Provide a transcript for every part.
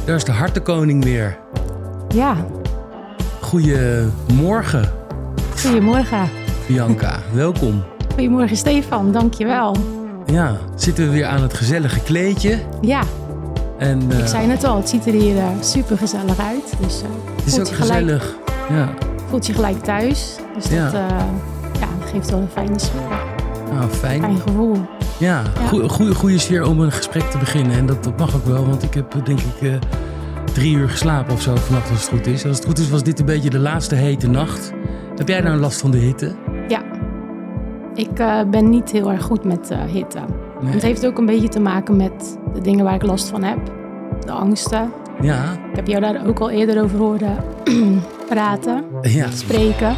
Daar is de hartenkoning weer. Ja. Goedemorgen. Goedemorgen. Bianca, welkom. Goedemorgen Stefan, dankjewel. Ja, zitten we weer aan het gezellige kleedje. Ja, en, ik zei het al, het ziet er hier super gezellig uit. Dus, het is ook gezellig. Ja. Voelt je gelijk thuis. Dus dat, dat geeft wel een fijne sfeer. Nou, fijn. Fijn gevoel. Ja, goede sfeer om een gesprek te beginnen. En dat mag ook wel, want ik heb denk ik 3 uur geslapen of zo vannacht als het goed is. Als het goed is was dit een beetje de laatste hete nacht. Heb jij nou last van de hitte? Ja, ik ben niet heel erg goed met hitte. Nee. Het heeft ook een beetje te maken met de dingen waar ik last van heb. De angsten. Ja. Ik heb jou daar ook al eerder over horen praten, spreken.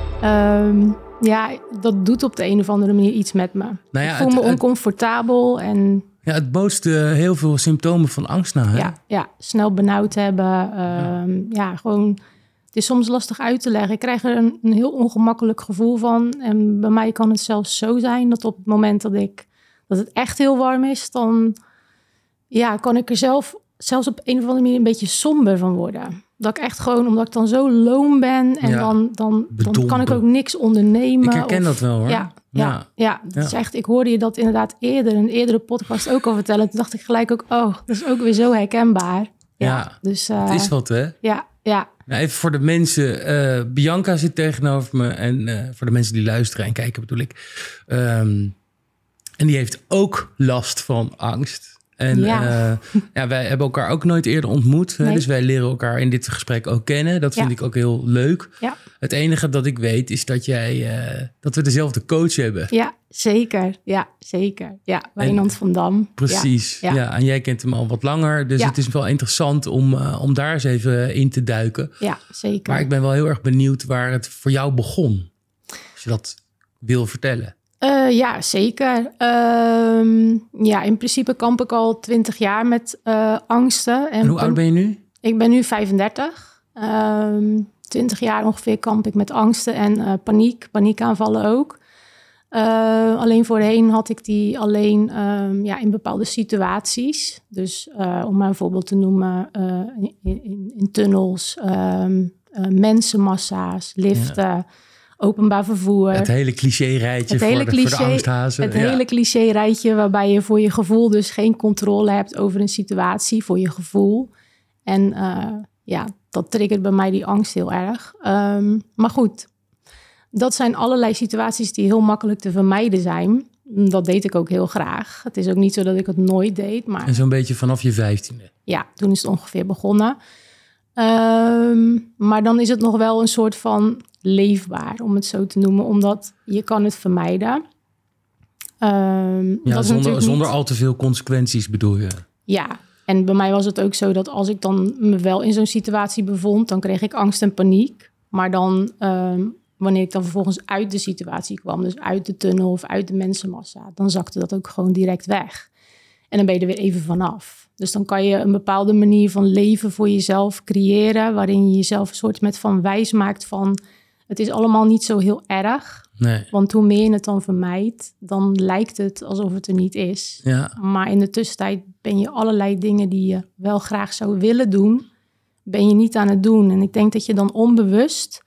Ja, dat doet op de een of andere manier iets met me. Nou ja, ik voel me oncomfortabel en... Ja, het bootst heel veel symptomen van angst na, hè? Ja, snel benauwd hebben. Gewoon... Het is soms lastig uit te leggen. Ik krijg er een heel ongemakkelijk gevoel van. En bij mij kan het zelfs zo zijn dat op het moment dat het echt heel warm is... dan kan ik er zelfs op een of andere manier een beetje somber van worden. Dat ik echt gewoon, omdat ik dan zo loom ben... en dan kan ik ook niks ondernemen. Ik herken dat wel, hoor. Ja. Het is echt, ik hoorde je dat inderdaad een eerdere podcast ook al vertellen. Toen dacht ik gelijk ook, dat is ook weer zo herkenbaar. Ja, dus, het is wat, hè? Ja. Nou, even voor de mensen. Bianca zit tegenover me. En voor de mensen die luisteren en kijken bedoel ik. En die heeft ook last van angst. En wij hebben elkaar ook nooit eerder ontmoet. Nee. Dus wij leren elkaar in dit gesprek ook kennen. Dat vind ik ook heel leuk. Ja. Het enige dat ik weet is dat dat we dezelfde coach hebben. Ja, zeker. Ja, Wijnand van Dam. Precies. Ja, en jij kent hem al wat langer. Dus het is wel interessant om daar eens even in te duiken. Ja, zeker. Maar ik ben wel heel erg benieuwd waar het voor jou begon. Als je dat wil vertellen. Ja, zeker. In principe kamp ik al 20 jaar met angsten. En hoe oud ben je nu? Ik ben nu 35. 20 jaar ongeveer kamp ik met angsten en paniekaanvallen ook. Alleen voorheen had ik die alleen in bepaalde situaties. Dus om maar een voorbeeld te noemen, in tunnels, mensenmassa's, liften... Ja. Openbaar vervoer. Het hele cliché-rijtje voor de angsthazen. Het hele cliché-rijtje waarbij je voor je gevoel dus geen controle hebt over een situatie, voor je gevoel. En dat triggert bij mij die angst heel erg. Maar goed, dat zijn allerlei situaties die heel makkelijk te vermijden zijn. Dat deed ik ook heel graag. Het is ook niet zo dat ik het nooit deed. Maar... En zo'n beetje vanaf je 15e? Ja, toen is het ongeveer begonnen. Maar dan is het nog wel een soort van leefbaar, om het zo te noemen, omdat je kan het vermijden. Zonder al te veel consequenties bedoel je? Ja, en bij mij was het ook zo dat als ik dan me wel in zo'n situatie bevond, dan kreeg ik angst en paniek. Maar dan, wanneer ik dan vervolgens uit de situatie kwam, dus uit de tunnel of uit de mensenmassa, dan zakte dat ook gewoon direct weg. En dan ben je er weer even vanaf. Dus dan kan je een bepaalde manier van leven voor jezelf creëren, waarin je jezelf een soort met van wijs maakt van, het is allemaal niet zo heel erg. Nee. Want hoe meer je het dan vermijdt, dan lijkt het alsof het er niet is. Ja. Maar in de tussentijd ben je allerlei dingen die je wel graag zou willen doen, ben je niet aan het doen. En ik denk dat je dan onbewust,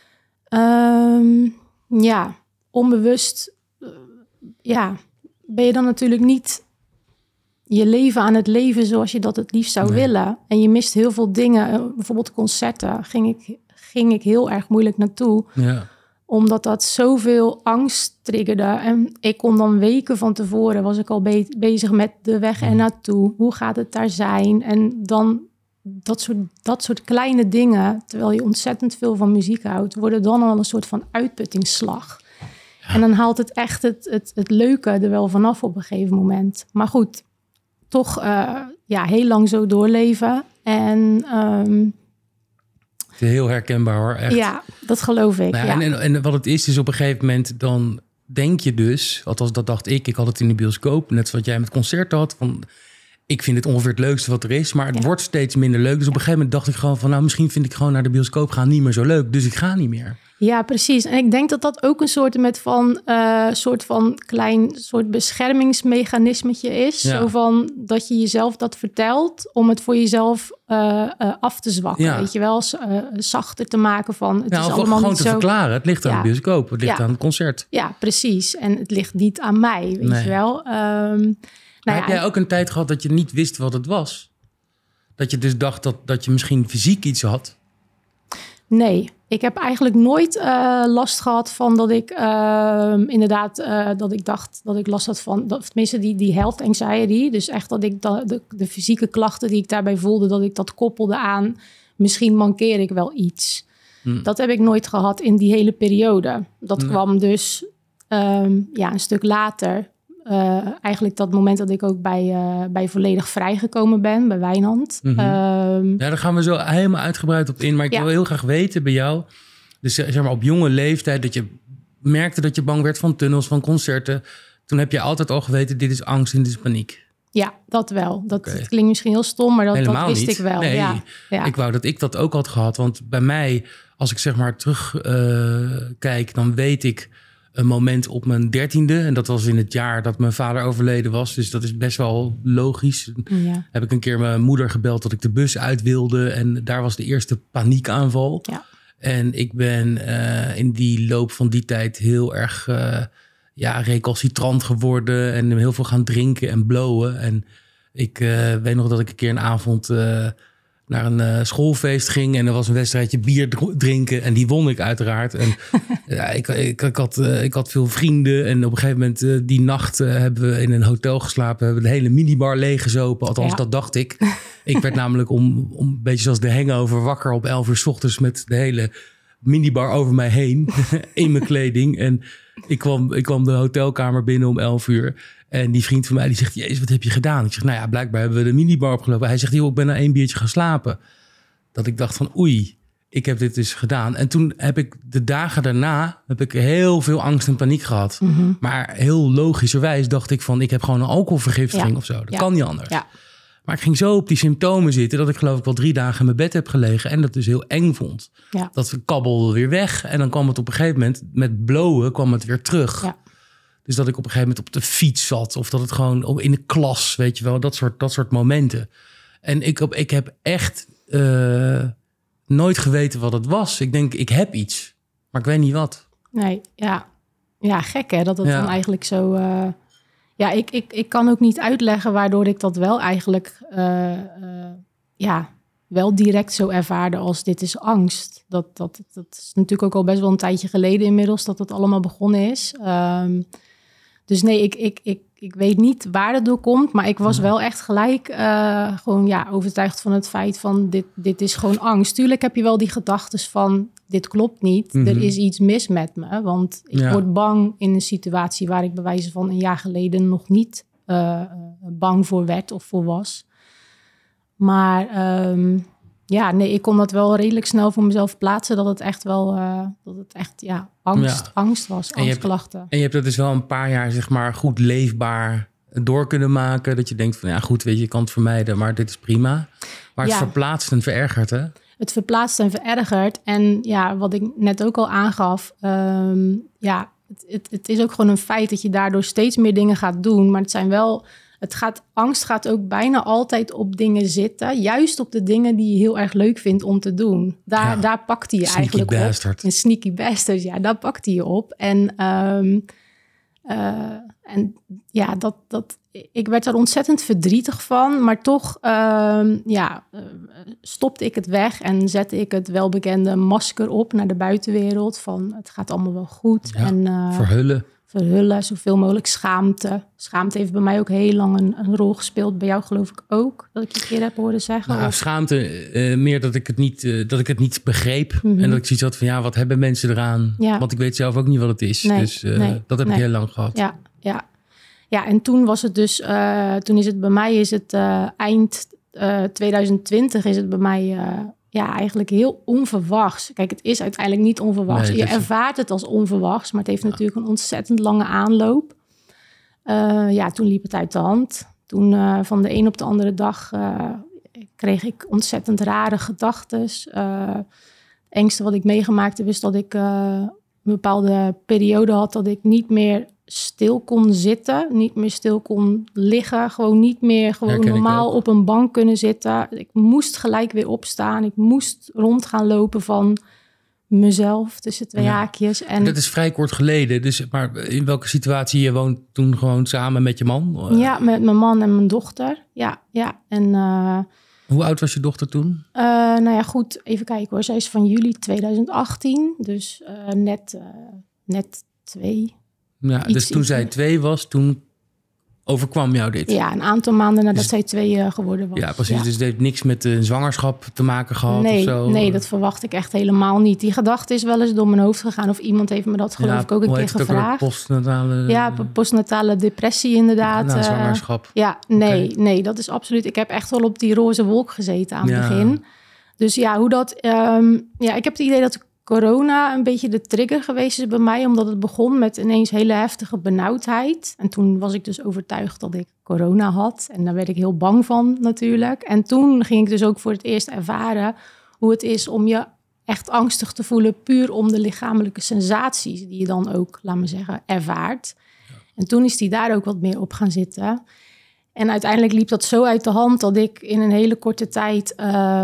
ben je dan natuurlijk niet je leven aan het leven zoals je dat het liefst zou willen. En je mist heel veel dingen. Bijvoorbeeld concerten ging ik heel erg moeilijk naartoe. Ja. Omdat dat zoveel angst triggerde. En ik kon dan weken van tevoren, was ik al bezig met de weg er naartoe. Hoe gaat het daar zijn? En dan dat soort kleine dingen, terwijl je ontzettend veel van muziek houdt, worden dan al een soort van uitputtingsslag. Ja. En dan haalt het echt het leuke er wel vanaf op een gegeven moment. Maar goed, toch heel lang zo doorleven. En heel herkenbaar hoor, echt. Ja, dat geloof ik. Nou, ja. En wat het is op een gegeven moment, dan denk je dus, althans dat dacht ik had het in de bioscoop, net zoals jij met concerten had, van ik vind het ongeveer het leukste wat er is, maar het wordt steeds minder leuk. Dus op een gegeven moment dacht ik gewoon van, nou, misschien vind ik gewoon naar de bioscoop gaan niet meer zo leuk. Dus ik ga niet meer. Ja, precies. En ik denk dat dat ook een soort van klein beschermingsmechanismetje is. Ja. Zo van dat je jezelf dat vertelt om het voor jezelf af te zwakken. Ja. Weet je wel, zachter te maken van het is Of allemaal gewoon niet te zo... verklaren. Het ligt aan de bioscoop, het ligt aan het concert. Ja, precies. En het ligt niet aan mij, weet je wel. Heb jij ook een tijd gehad dat je niet wist wat het was? Dat je dus dacht dat je misschien fysiek iets had? Nee, ik heb eigenlijk nooit last gehad van dat ik dat ik dacht dat ik last had van... tenminste, die health anxiety. Dus echt dat ik de fysieke klachten die ik daarbij voelde, dat ik dat koppelde aan... misschien mankeer ik wel iets. Dat heb ik nooit gehad in die hele periode. Dat kwam dus een stuk later... eigenlijk dat moment dat ik ook bij Volledig Vrijgekomen ben, bij Wijnand. Ja, daar gaan we zo helemaal uitgebreid op in. Maar ik wil heel graag weten bij jou, dus zeg maar op jonge leeftijd, dat je merkte dat je bang werd van tunnels, van concerten. Toen heb je altijd al geweten, dit is angst en dit is paniek. Ja, dat wel. Dat klinkt misschien heel stom, maar dat wist ik wel. Nee, ja. Ik wou dat ik dat ook had gehad. Want bij mij, als ik zeg maar terug kijk, dan weet ik een moment op mijn 13e. En dat was in het jaar dat mijn vader overleden was. Dus dat is best wel logisch. Ja. Heb ik een keer mijn moeder gebeld dat ik de bus uit wilde. En daar was de eerste paniekaanval. Ja. En ik ben in die loop van die tijd heel erg recalcitrant geworden. En heel veel gaan drinken en blowen. En ik weet nog dat ik een keer een avond naar een schoolfeest ging. En er was een wedstrijdje bier drinken. En die won ik uiteraard. En ik had veel vrienden. En op een gegeven moment die nacht hebben we in een hotel geslapen. Hebben we de hele minibar leeggezopen. Althans, dat dacht ik. Ik werd namelijk om een beetje zoals de hangover wakker op 11 uur 's ochtends met de hele minibar over mij heen. In mijn kleding. En ik kwam de hotelkamer binnen om 11 uur. En die vriend van mij die zegt, Jezus, wat heb je gedaan? Ik zeg, nou ja, blijkbaar hebben we de minibar opgelopen. Hij zegt, joh, ik ben na 1 biertje gaan slapen. Dat ik dacht van, oei, ik heb dit dus gedaan. En toen heb ik de dagen daarna heel veel angst en paniek gehad. Mm-hmm. Maar heel logischerwijs dacht ik van, ik heb gewoon een alcoholvergiftiging of zo. Dat kan niet anders. Ja. Maar ik ging zo op die symptomen zitten dat ik geloof ik wel 3 dagen in mijn bed heb gelegen. En dat dus heel eng vond. Ja. Dat kabbelde weer weg. En dan kwam het op een gegeven moment, met blowen kwam het weer terug. Ja. Dus dat ik op een gegeven moment op de fiets zat. Of dat het gewoon in de klas, weet je wel. Dat soort momenten. En ik heb echt nooit geweten wat het was. Ik denk, ik heb iets. Maar ik weet niet wat. Nee, ja. Ja, gek hè. Dat het dan eigenlijk zo... ik kan ook niet uitleggen waardoor ik dat wel eigenlijk... wel direct zo ervaarde als dit is angst. Dat is natuurlijk ook al best wel een tijdje geleden inmiddels... dat het allemaal begonnen is. Dus nee, ik weet niet waar het door komt... maar ik was wel echt gelijk overtuigd van het feit van... dit is gewoon angst. Tuurlijk heb je wel die gedachtes van... dit klopt niet, er is iets mis met me. Want ik word bang in een situatie... waar ik bij wijze van 1 jaar geleden nog niet bang voor werd of voor was. Maar ik kon dat wel redelijk snel voor mezelf plaatsen... dat het echt wel angst was, angstklachten. En je hebt dat dus wel een paar jaar zeg maar goed leefbaar door kunnen maken... dat je denkt van ja goed, weet je, kan het vermijden... maar dit is prima. Maar het verplaatst en verergert, hè? Het verplaatst en verergert. En ja, wat ik net ook al aangaf... het is ook gewoon een feit dat je daardoor steeds meer dingen gaat doen... maar het zijn wel... angst gaat ook bijna altijd op dingen zitten. Juist op de dingen die je heel erg leuk vindt om te doen. Daar pakt hij je eigenlijk bastard. op. Een sneaky bastard, ja, daar pakt hij je op. Ik werd er ontzettend verdrietig van. Maar toch stopte ik het weg en zette ik het welbekende masker op naar de buitenwereld. Van het gaat allemaal wel goed. Ja, en verhullen, zoveel mogelijk schaamte. Schaamte heeft bij mij ook heel lang een rol gespeeld. Bij jou geloof ik ook, dat ik je een keer heb horen zeggen. Nou, schaamte, meer dat ik het niet begreep. En dat ik zoiets had van, wat hebben mensen eraan? Ja. Want ik weet zelf ook niet wat het is. Dat heb ik heel lang gehad. Ja, en toen was het dus... toen is het bij mij, eind 2020 is het bij mij... eigenlijk heel onverwachts. Kijk, het is uiteindelijk niet onverwachts. Je ervaart het als onverwachts, maar het heeft natuurlijk een ontzettend lange aanloop. Toen liep het uit de hand. Toen van de een op de andere dag kreeg ik ontzettend rare gedachten. Het engste wat ik meegemaakt heb is dat ik een bepaalde periode had dat ik niet meer stil kon zitten, niet meer stil kon liggen, gewoon niet meer normaal op een bank kunnen zitten. Ik moest gelijk weer opstaan. Ik moest rond gaan lopen van mezelf tussen twee haakjes. En dat is vrij kort geleden. Dus, maar in welke situatie? Je woont toen gewoon samen met je man? Ja, met mijn man en mijn dochter. Ja. En hoe oud was je dochter toen? Nou ja, goed. Even kijken hoor. Zij is van juli 2018. Dus net 2. Ja, dus toen zij 2 was, toen overkwam jou dit? Ja, een aantal maanden nadat zij 2 geworden was. Ja, precies. Ja. Dus het heeft niks met de zwangerschap te maken gehad of zo? Nee, dat verwacht ik echt helemaal niet. Die gedachte is wel eens door mijn hoofd gegaan. Of iemand heeft me dat geloof ik ook een keer gevraagd. Postnatale depressie inderdaad. Na zwangerschap. Nee, dat is absoluut. Ik heb echt wel op die roze wolk gezeten aan het begin. Dus ja, hoe dat... ik heb het idee dat corona een beetje de trigger geweest is bij mij, omdat het begon met ineens hele heftige benauwdheid. En toen was ik dus overtuigd dat ik corona had. En daar werd ik heel bang van natuurlijk. En toen ging ik dus ook voor het eerst ervaren hoe het is om je echt angstig te voelen, puur om de lichamelijke sensaties die je dan ook, laat me zeggen, ervaart. Ja. En toen is die daar ook wat meer op gaan zitten. En uiteindelijk liep dat zo uit de hand dat ik in een hele korte tijd,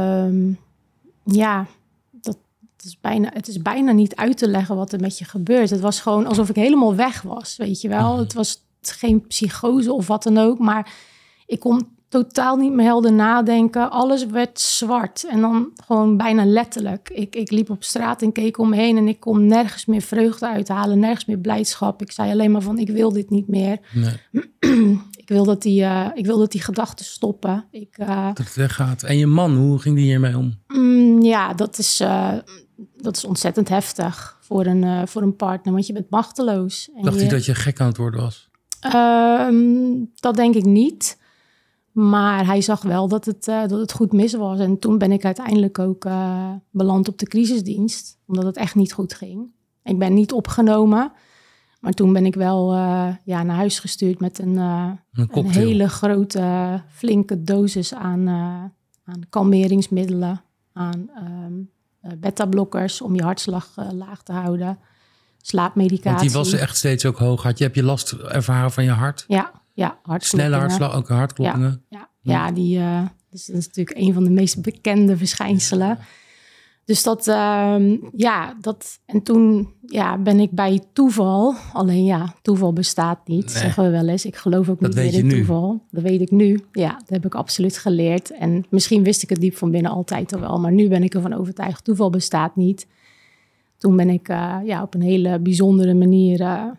het is bijna niet uit te leggen wat er met je gebeurt. Het was gewoon alsof ik helemaal weg was, weet je wel. Het was geen psychose of wat dan ook, maar ik kon totaal niet meer helder nadenken. Alles werd zwart en dan gewoon bijna letterlijk. Ik liep op straat en keek om me heen en ik kon nergens meer vreugde uithalen, nergens meer blijdschap. Ik zei alleen maar van, ik wil dit niet meer. Nee. Ik wil dat die gedachten stoppen. Dat het weggaat. En je man, hoe ging die hiermee om? Ja, dat is ontzettend heftig voor een partner, want je bent machteloos. En Dacht hij dat je gek aan het worden was? Dat denk ik niet. Maar hij zag wel dat het goed mis was. En toen ben ik uiteindelijk ook beland op de crisisdienst, omdat het echt niet goed ging. Ik ben niet opgenomen. Maar toen ben ik wel naar huis gestuurd met een hele grote, flinke dosis aan kalmeringsmiddelen, aan beta-blokkers om je hartslag laag te houden, slaapmedicatie. Want die was echt steeds ook hoog. Heb je last ervaren van je hart? Ja, hartkloppingen. Snelle hartslag, ook hartkloppingen? Ja, dat is natuurlijk een van de meest bekende verschijnselen. Dus en toen ben ik bij toeval. Alleen toeval bestaat niet, zeggen we wel eens. Ik geloof ook niet meer in toeval. Dat weet ik nu. Ja, dat heb ik absoluut geleerd. En misschien wist ik het diep van binnen altijd al wel. Maar nu ben ik ervan overtuigd, toeval bestaat niet. Toen ben ik op een hele bijzondere manier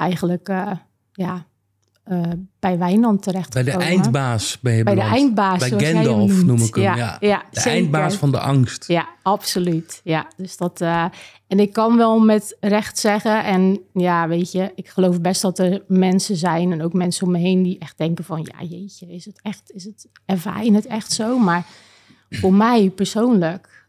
bij Wijnand terechtgekomen. Bij de eindbaas ben je beland. Bij de eindbaas, bij Gandalf noem ik hem. Ja, de zeker. Eindbaas van de angst. Ja, absoluut. Ja, dus dat. En ik kan wel met recht zeggen. En ja, weet je, ik geloof best dat er mensen zijn en ook mensen om me heen die echt denken van, ja, jeetje, is het echt? Ervaar je het echt zo? Maar voor mij persoonlijk,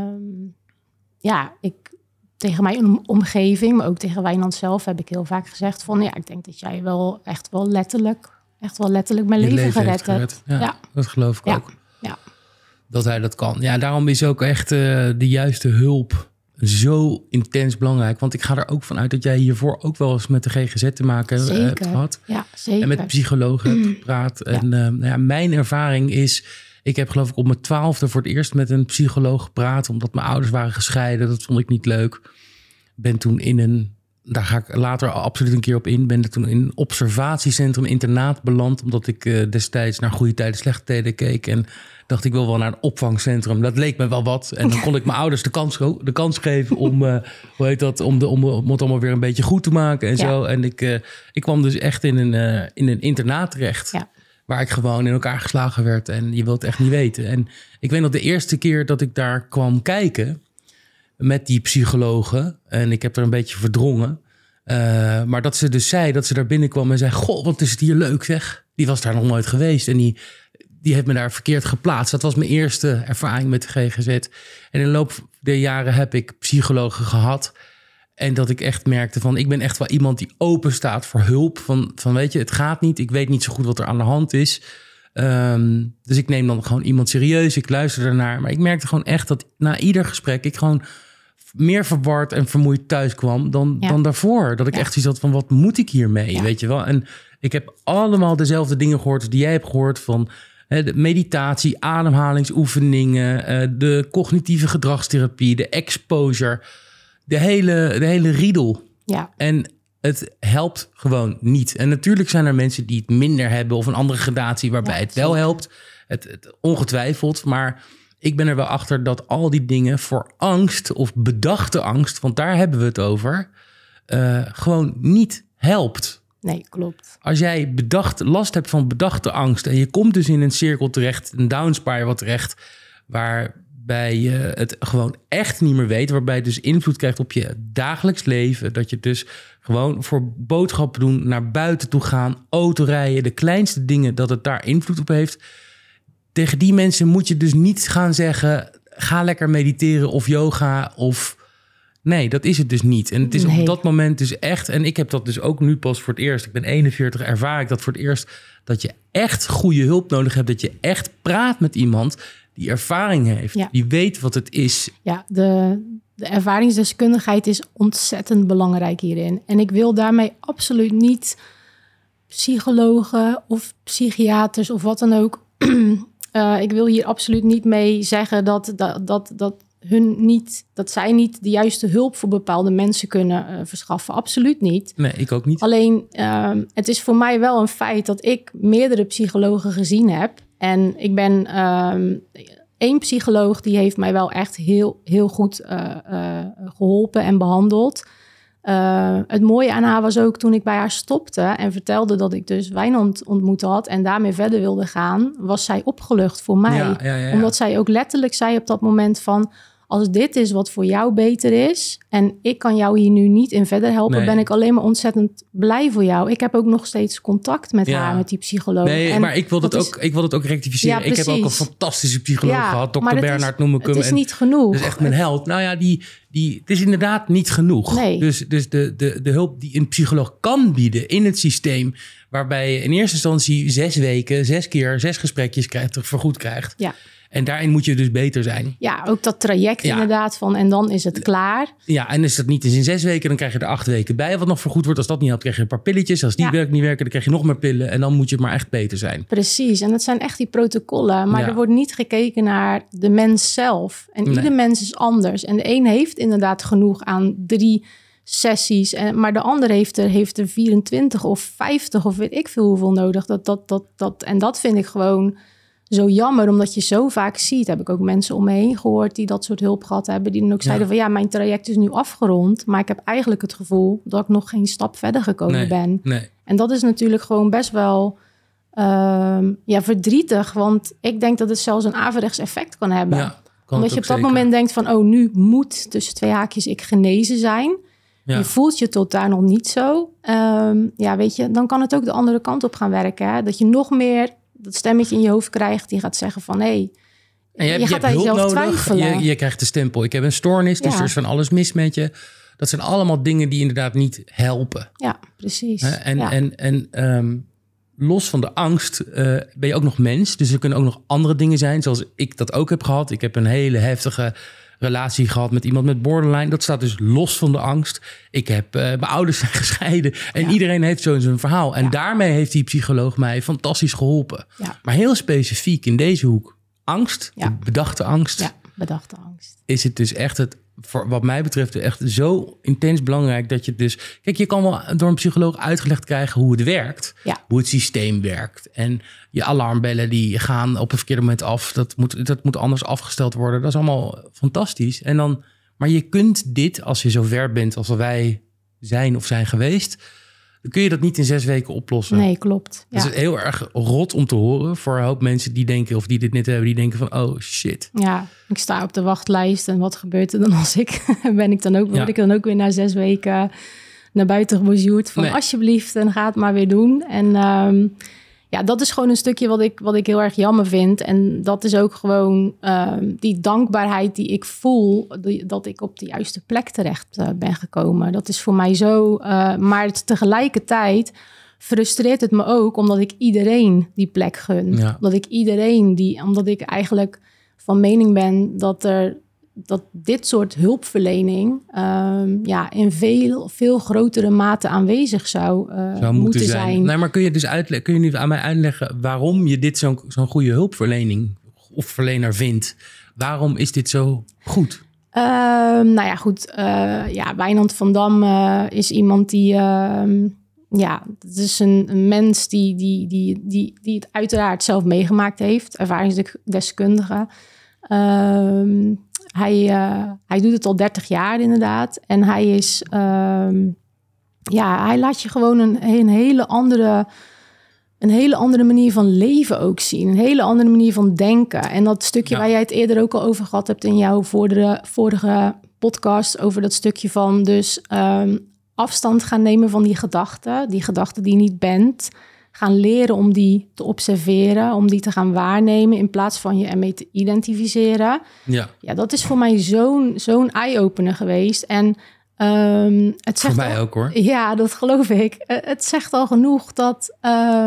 tegen mijn omgeving, maar ook tegen Wijnand zelf heb ik heel vaak gezegd van, ja, ik denk dat jij wel echt wel letterlijk mijn leven gered hebt. Ja, dat geloof ik ook. Ja. Dat hij dat kan. Ja, daarom is ook echt de juiste hulp zo intens belangrijk. Want ik ga er ook vanuit dat jij hiervoor ook wel eens met de GGZ te maken hebt gehad. Ja, zeker. En met psychologen hebt gepraat. En mijn ervaring is, ik heb geloof ik op mijn 12e voor het eerst met een psycholoog gepraat, omdat mijn ouders waren gescheiden. Dat vond ik niet leuk. Ben toen daar ga ik later absoluut een keer op in, ben er toen in een observatiecentrum internaat beland, omdat ik destijds naar goede tijden, slechte tijden keek. En dacht, ik wil wel naar een opvangcentrum. Dat leek me wel wat. En dan kon ik mijn ouders de kans geven om, om het allemaal weer een beetje goed te maken en zo. En ik kwam dus echt in een internaat terecht. Ja. Waar ik gewoon in elkaar geslagen werd. En je wilt het echt niet weten. En ik weet nog de eerste keer dat ik daar kwam kijken met die psychologen. En ik heb er een beetje verdrongen. Maar dat ze dus zei, dat ze daar binnenkwam en zei, goh, wat is het hier leuk zeg. Die was daar nog nooit geweest. En die heeft me daar verkeerd geplaatst. Dat was mijn eerste ervaring met de GGZ. En in de loop der jaren heb ik psychologen gehad. En dat ik echt merkte van, ik ben echt wel iemand die open staat voor hulp. Van weet je, het gaat niet. Ik weet niet zo goed wat er aan de hand is. Dus ik neem dan gewoon iemand serieus. Ik luister ernaar. Maar ik merkte gewoon echt dat na ieder gesprek ik gewoon meer verward en vermoeid thuis kwam dan daarvoor. Dat ik echt zoiets had van, wat moet ik hiermee? Weet je wel? En ik heb allemaal dezelfde dingen gehoord die jij hebt gehoord van de meditatie, ademhalingsoefeningen, de cognitieve gedragstherapie, de exposure, de hele riedel. Ja. En het helpt gewoon niet. En natuurlijk zijn er mensen die het minder hebben of een andere gradatie waarbij het wel helpt. Het ongetwijfeld, maar ik ben er wel achter dat al die dingen voor angst of bedachte angst, want daar hebben we het over, gewoon niet helpt. Nee, klopt. Als jij last hebt van bedachte angst en je komt dus in een cirkel terecht, een downspiral terecht, waarbij je het gewoon echt niet meer weet, waarbij je dus invloed krijgt op je dagelijks leven, dat je dus gewoon voor boodschappen doen, naar buiten toe gaan, autorijden, de kleinste dingen, dat het daar invloed op heeft. Tegen die mensen moet je dus niet gaan zeggen, ga lekker mediteren of yoga of... Nee, dat is het dus niet. En het is op dat moment dus echt... En ik heb dat dus ook nu pas voor het eerst. Ik ben 41, ervaar ik dat voor het eerst. Dat je echt goede hulp nodig hebt. Dat je echt praat met iemand die ervaring heeft. Ja. Die weet wat het is. Ja, de ervaringsdeskundigheid is ontzettend belangrijk hierin. En ik wil daarmee absoluut niet psychologen of psychiaters of wat dan ook... ik wil hier absoluut niet mee zeggen dat zij niet de juiste hulp voor bepaalde mensen kunnen verschaffen. Absoluut niet. Nee, ik ook niet. Alleen, het is voor mij wel een feit dat ik meerdere psychologen gezien heb. En ik ben één psycholoog die heeft mij wel echt heel, heel goed geholpen en behandeld. Het mooie aan haar was ook toen ik bij haar stopte en vertelde dat ik dus Wijnand ontmoet had en daarmee verder wilde gaan, was zij opgelucht voor mij. Ja. Omdat zij ook letterlijk zei op dat moment van, als dit is wat voor jou beter is en ik kan jou hier nu niet in verder helpen, ben ik alleen maar ontzettend blij voor jou. Ik heb ook nog steeds contact met haar, met die psycholoog. Nee, en maar ik wil het ook rectificeren. Ik heb ook een fantastische psycholoog gehad. Dr. Bernhard noem ik hem. Het is niet genoeg. Dat is echt mijn held. Nou ja, het is inderdaad niet genoeg. Nee. Dus de hulp die een psycholoog kan bieden in het systeem, waarbij je in eerste instantie 6 weken, 6 keer, 6 gesprekjes vergoed krijgt. Ja. En daarin moet je dus beter zijn. Ja, ook dat traject inderdaad van en dan is het klaar. Ja, en is dat niet eens in 6 weken, dan krijg je er 8 weken bij wat nog vergoed wordt. Als dat niet helpt, krijg je een paar pilletjes. Als die niet werken, dan krijg je nog meer pillen. En dan moet je maar echt beter zijn. Precies, en dat zijn echt die protocollen. Maar er wordt niet gekeken naar de mens zelf. En ieder mens is anders. En de een heeft inderdaad genoeg aan 3 sessies. Maar de ander heeft er 24 of 50 of weet ik veel hoeveel nodig. En dat vind ik gewoon zo jammer, omdat je zo vaak ziet. Heb ik ook mensen om me heen gehoord die dat soort hulp gehad hebben. Die dan ook zeiden van mijn traject is nu afgerond. Maar ik heb eigenlijk het gevoel dat ik nog geen stap verder gekomen ben. Nee. En dat is natuurlijk gewoon best wel verdrietig. Want ik denk dat het zelfs een averechts effect kan hebben. Ja, omdat je op dat moment denkt van nu moet tussen 2 haakjes ik genezen zijn. Ja. Je voelt je tot daar nog niet zo. Weet je, dan kan het ook de andere kant op gaan werken. Hè? Dat je nog meer dat stemmetje in je hoofd krijgt die gaat zeggen van je gaat aan jezelf twijfelen. Je krijgt de stempel. Ik heb een stoornis, dus er is van alles mis met je. Dat zijn allemaal dingen die inderdaad niet helpen. Ja, precies. En los van de angst ben je ook nog mens. Dus er kunnen ook nog andere dingen zijn, zoals ik dat ook heb gehad. Ik heb een hele heftige relatie gehad met iemand met borderline. Dat staat dus los van de angst. Ik heb mijn ouders zijn gescheiden. En iedereen heeft zo zijn verhaal. En daarmee heeft die psycholoog mij fantastisch geholpen. Ja. Maar heel specifiek in deze hoek. Angst, bedachte angst. Ja, bedachte angst. Is het dus echt voor wat mij betreft echt zo intens belangrijk dat je dus... Kijk, je kan wel door een psycholoog uitgelegd krijgen hoe het werkt. Ja. Hoe het systeem werkt. En je alarmbellen die gaan op een verkeerde moment af. Dat moet anders afgesteld worden. Dat is allemaal fantastisch. Maar je kunt dit, als je zo ver bent als wij zijn of zijn geweest, dan kun je dat niet in 6 weken oplossen. Nee, klopt. Ja. Dat is heel erg rot om te horen voor een hoop mensen die denken, of die dit net hebben, die denken van, oh shit. Ja, ik sta op de wachtlijst en wat gebeurt er dan als word ik dan ook weer na 6 weken naar buiten gebonjourd van alsjeblieft en ga het maar weer doen. En Ja, dat is gewoon een stukje wat ik heel erg jammer vind. En dat is ook gewoon die dankbaarheid die ik voel, dat ik op de juiste plek terecht ben gekomen. Dat is voor mij zo. Maar tegelijkertijd frustreert het me ook, omdat ik iedereen die plek gun. Ja. Omdat ik eigenlijk van mening ben dat dit soort hulpverlening in veel grotere mate aanwezig zou moeten zijn. Nee, maar kun je nu aan mij uitleggen waarom je dit zo'n goede hulpverlening of verlener vindt? Waarom is dit zo goed? Wijnand van Dam is iemand die... het is een mens die het uiteraard zelf meegemaakt heeft. Ervaringsdeskundige. Hij doet het al 30 jaar inderdaad. En hij is... hij laat je gewoon een hele andere manier van leven ook zien. Een hele andere manier van denken. En dat stukje waar jij het eerder ook al over gehad hebt in jouw vorige podcast, over dat stukje van dus afstand gaan nemen van die gedachten die je niet bent. Gaan leren om die te observeren, om die te gaan waarnemen in plaats van je ermee te identificeren. Ja, dat is voor mij zo'n eye-opener geweest. En het zegt voor mij ook hoor. Ja, dat geloof ik. Het zegt al genoeg dat,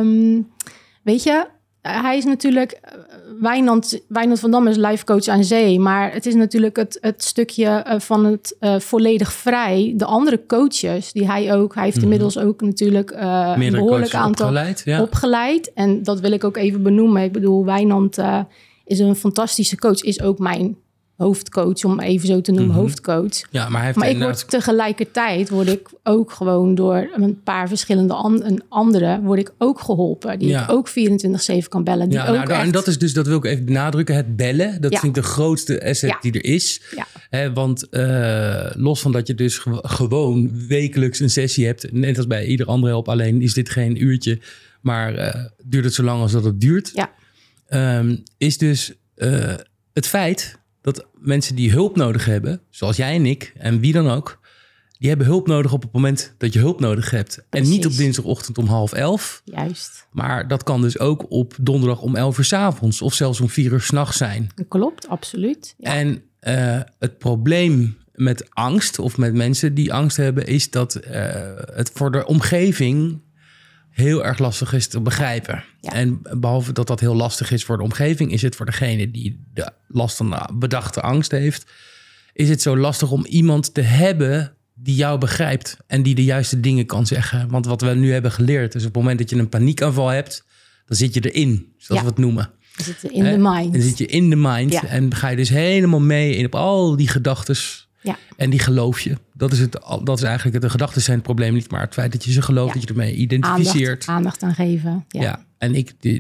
weet je, hij is natuurlijk, Wijnand van Dam is life coach aan zee, maar het is natuurlijk het stukje van het volledig vrij. De andere coaches die hij heeft inmiddels ook natuurlijk een behoorlijk aantal opgeleid. En dat wil ik ook even benoemen. Ik bedoel, Wijnand is een fantastische coach, is ook mijn hoofdcoach, om even zo te noemen, hoofdcoach. Ja, maar tegelijkertijd word ik ook gewoon door een paar verschillende anderen word ik ook geholpen. Die ik ook 24/7 kan bellen. En dat is dus, dat wil ik even benadrukken, het bellen. Dat vind ik de grootste asset die er is. Ja. Want los van dat je dus gewoon wekelijks een sessie hebt, net als bij ieder andere hulp, alleen is dit geen uurtje, maar duurt het zo lang als dat het duurt. Ja. Is dus het feit dat mensen die hulp nodig hebben, zoals jij en ik en wie dan ook, die hebben hulp nodig op het moment dat je hulp nodig hebt. Precies. En niet op dinsdagochtend om 10:30. Juist. Maar dat kan dus ook op donderdag om 11:00 's avonds of zelfs om 4:00 's nachts zijn. Klopt, absoluut. Ja. En het probleem met angst of met mensen die angst hebben, is dat het voor de omgeving heel erg lastig is te begrijpen. Ja. En behalve dat dat heel lastig is voor de omgeving, is het voor degene die de last van de bedachte angst heeft, is het zo lastig om iemand te hebben die jou begrijpt en die de juiste dingen kan zeggen. Want wat we nu hebben geleerd is op het moment dat je een paniekaanval hebt, dan zit je erin, zoals we het noemen. Dan zit je in de mind. Dan zit je in de mind en ga je dus helemaal mee in op al die gedachtes. Ja. En die geloof je. Dat is eigenlijk de gedachten zijn het probleem niet, maar het feit dat je ze gelooft, dat je ermee identificeert. Aandacht aan geven. Ja. En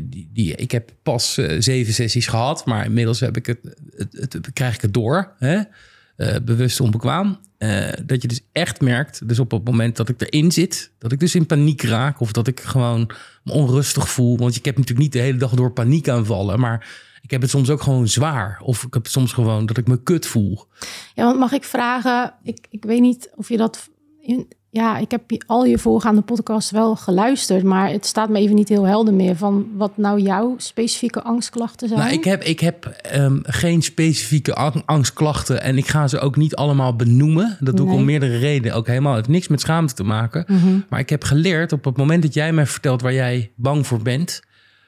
ik heb pas 7 sessies gehad, maar inmiddels heb ik krijg ik het door. Hè? Bewust onbekwaam. Dat je dus echt merkt, dus op het moment dat ik erin zit, dat ik dus in paniek raak of dat ik gewoon me onrustig voel. Want ik heb natuurlijk niet de hele dag door paniekaanvallen, maar ik heb het soms ook gewoon zwaar. Of ik heb het soms gewoon dat ik me kut voel. Ja, want mag ik vragen, ik weet niet of je dat... ik heb al je voorgaande podcasts wel geluisterd, maar het staat me even niet heel helder meer van wat nou jouw specifieke angstklachten zijn. Nou, ik heb geen specifieke angstklachten en ik ga ze ook niet allemaal benoemen. Dat doe ik om meerdere redenen. Ook helemaal, het heeft niks met schaamte te maken. Mm-hmm. Maar ik heb geleerd op het moment dat jij mij vertelt waar jij bang voor bent,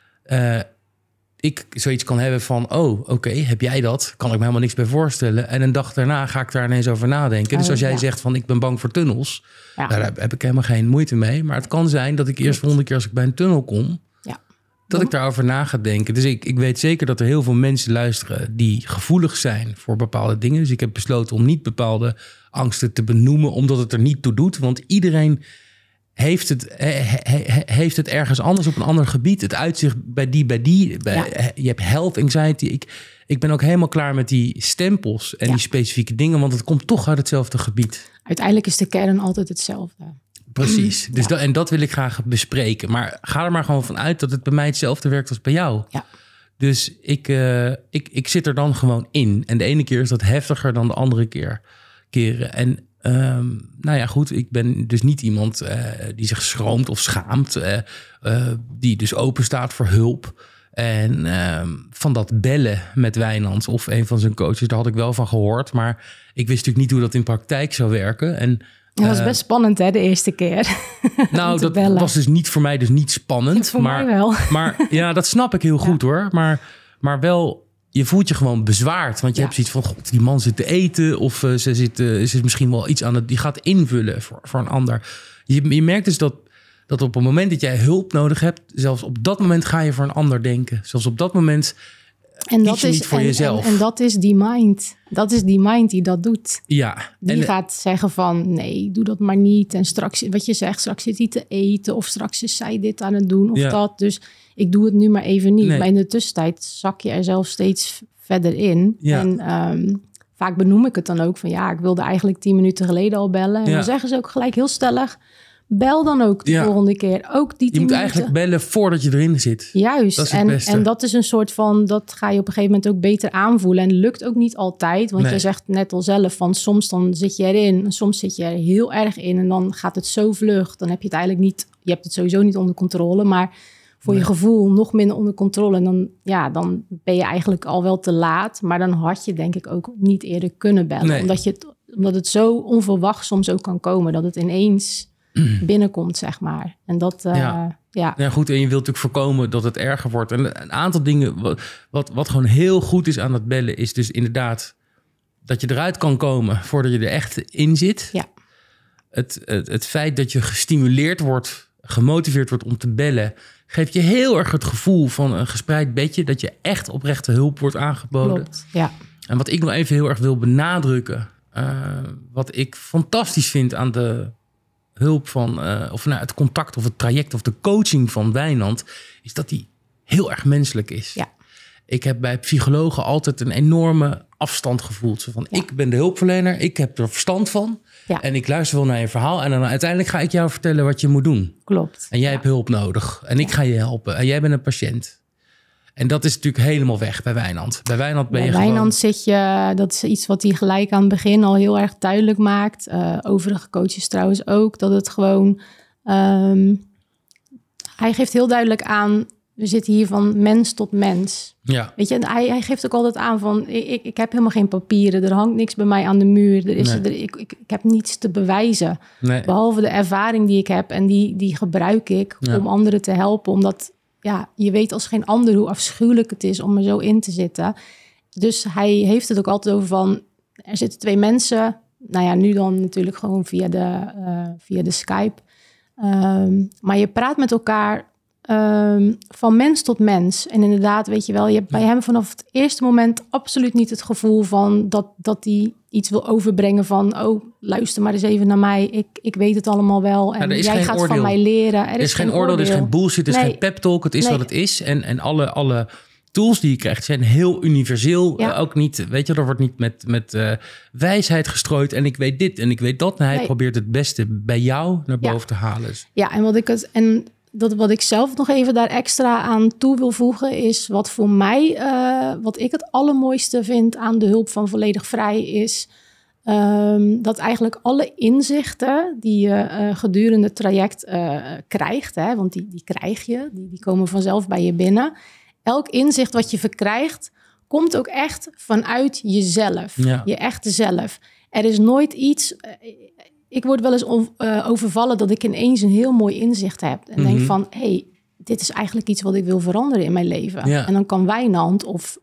ik zoiets kan hebben van, oké, heb jij dat? Kan ik me helemaal niks bij voorstellen. En een dag daarna ga ik daar ineens over nadenken. Dus als jij zegt van, ik ben bang voor tunnels, daar heb ik helemaal geen moeite mee. Maar het kan zijn dat ik eerst volgende keer als ik bij een tunnel kom, dat ik daarover na ga denken. Dus ik weet zeker dat er heel veel mensen luisteren die gevoelig zijn voor bepaalde dingen. Dus ik heb besloten om niet bepaalde angsten te benoemen, omdat het er niet toe doet. Want iedereen heeft het ergens anders op een ander gebied. Het uitzicht bij die. Je hebt health anxiety. Ik ben ook helemaal klaar met die stempels en die specifieke dingen, want het komt toch uit hetzelfde gebied. Uiteindelijk is de kern altijd hetzelfde. Precies. Dus dat wil ik graag bespreken. Maar ga er maar gewoon van uit dat het bij mij hetzelfde werkt als bij jou. Ja. Dus ik zit er dan gewoon in. En de ene keer is dat heftiger dan de andere keren. En Nou ja, goed, ik ben dus niet iemand die zich schroomt of schaamt. Die dus open staat voor hulp. En van dat bellen met Wijnand of een van zijn coaches, daar had ik wel van gehoord. Maar ik wist natuurlijk niet hoe dat in praktijk zou werken. En dat was best spannend, hè, de eerste keer. Nou, dat was dus niet voor mij dus niet spannend. Voor mij wel. Maar ja, dat snap ik heel goed hoor. Maar wel, je voelt je gewoon bezwaard. Want je hebt zoiets van, god, die man zit te eten. Of ze zit misschien wel iets aan het... Die gaat invullen voor een ander. Je merkt dus dat op het moment dat jij hulp nodig hebt... zelfs op dat moment ga je voor een ander denken. Zelfs op dat moment... En dat is niet voor jezelf. En dat is die mind. Dat is die mind die dat doet. Ja. Die gaat zeggen van, nee, doe dat maar niet. En straks, wat je zegt, straks zit hij te eten. Of straks is zij dit aan het doen of dat. Dus ik doe het nu maar even niet. Nee. Maar in de tussentijd zak je er zelf steeds verder in. Ja. En vaak benoem ik het dan ook van, ik wilde eigenlijk 10 minuten geleden al bellen. En dan zeggen ze ook gelijk heel stellig... Bel dan ook de volgende keer. Ook die 10 minuten. Je moet eigenlijk bellen voordat je erin zit. Juist. Dat is het beste. En dat is een soort van... Dat ga je op een gegeven moment ook beter aanvoelen. En lukt ook niet altijd. Want je zegt net al zelf van... Soms dan zit je erin. En soms zit je er heel erg in. En dan gaat het zo vlug. Dan heb je het eigenlijk niet... Je hebt het sowieso niet onder controle. Maar voor je gevoel nog minder onder controle. En dan ben je eigenlijk al wel te laat. Maar dan had je denk ik ook niet eerder kunnen bellen. Nee. Omdat het zo onverwacht soms ook kan komen. Dat het ineens... binnenkomt, zeg maar. En dat, Ja, goed. En je wilt natuurlijk voorkomen dat het erger wordt. En een aantal dingen... Wat gewoon heel goed is aan het bellen... is dus inderdaad dat je eruit kan komen... voordat je er echt in zit. Ja. Het feit dat je gestimuleerd wordt... gemotiveerd wordt om te bellen... geeft je heel erg het gevoel van een gespreid bedje... dat je echt oprechte hulp wordt aangeboden. Klopt, ja. En wat ik nog even heel erg wil benadrukken... wat ik fantastisch vind aan de... hulp van, het contact of het traject of de coaching van Wijnand... is dat die heel erg menselijk is. Ja. Ik heb bij psychologen altijd een enorme afstand gevoeld. Zo van, ik ben de hulpverlener, ik heb er verstand van... en ik luister wel naar je verhaal... en dan uiteindelijk ga ik jou vertellen wat je moet doen. Klopt. En jij hebt hulp nodig en ik ga je helpen. En jij bent een patiënt. En dat is natuurlijk helemaal weg bij Wijnand. Bij Wijnand ben je Wijnand zit je... Dat is iets wat hij gelijk aan het begin al heel erg duidelijk maakt. Overige coaches trouwens ook. Dat het gewoon... hij geeft heel duidelijk aan... We zitten hier van mens tot mens. Ja. Weet je, en hij geeft ook altijd aan van... Ik heb helemaal geen papieren. Er hangt niks bij mij aan de muur. Ik heb niets te bewijzen. Nee. Behalve de ervaring die ik heb. En die gebruik ik om anderen te helpen. Omdat... je weet als geen ander hoe afschuwelijk het is om er zo in te zitten. Dus hij heeft het ook altijd over van... Er zitten 2 mensen. Nou ja, nu dan natuurlijk gewoon via de Skype. Maar je praat met elkaar van mens tot mens. En inderdaad, weet je wel... Je hebt bij hem vanaf het eerste moment absoluut niet het gevoel van... dat hij iets wil overbrengen van... oh, luister maar eens even naar mij. Ik weet het allemaal wel. En jij gaat van mij leren. Er is geen oordeel. Er is geen bullshit, er is geen pep talk. Het is wat het is. En alle tools die je krijgt zijn heel universeel. Ja. Ook niet, weet je, er wordt niet met wijsheid gestrooid. En ik weet dit en ik weet dat. En hij probeert het beste bij jou naar boven te halen. Ja, en wat ik zelf nog even daar extra aan toe wil voegen... is wat voor mij, wat ik het allermooiste vind aan de hulp van Volledig Vrij... is dat eigenlijk alle inzichten die je gedurende het traject krijgt... Hè, want die krijg je, die komen vanzelf bij je binnen... Elk inzicht wat je verkrijgt, komt ook echt vanuit jezelf. Ja. Je echte zelf. Er is nooit iets... Ik word wel eens overvallen dat ik ineens een heel mooi inzicht heb. En denk van, hey, dit is eigenlijk iets wat ik wil veranderen in mijn leven. Ja. En dan kan Wijnand of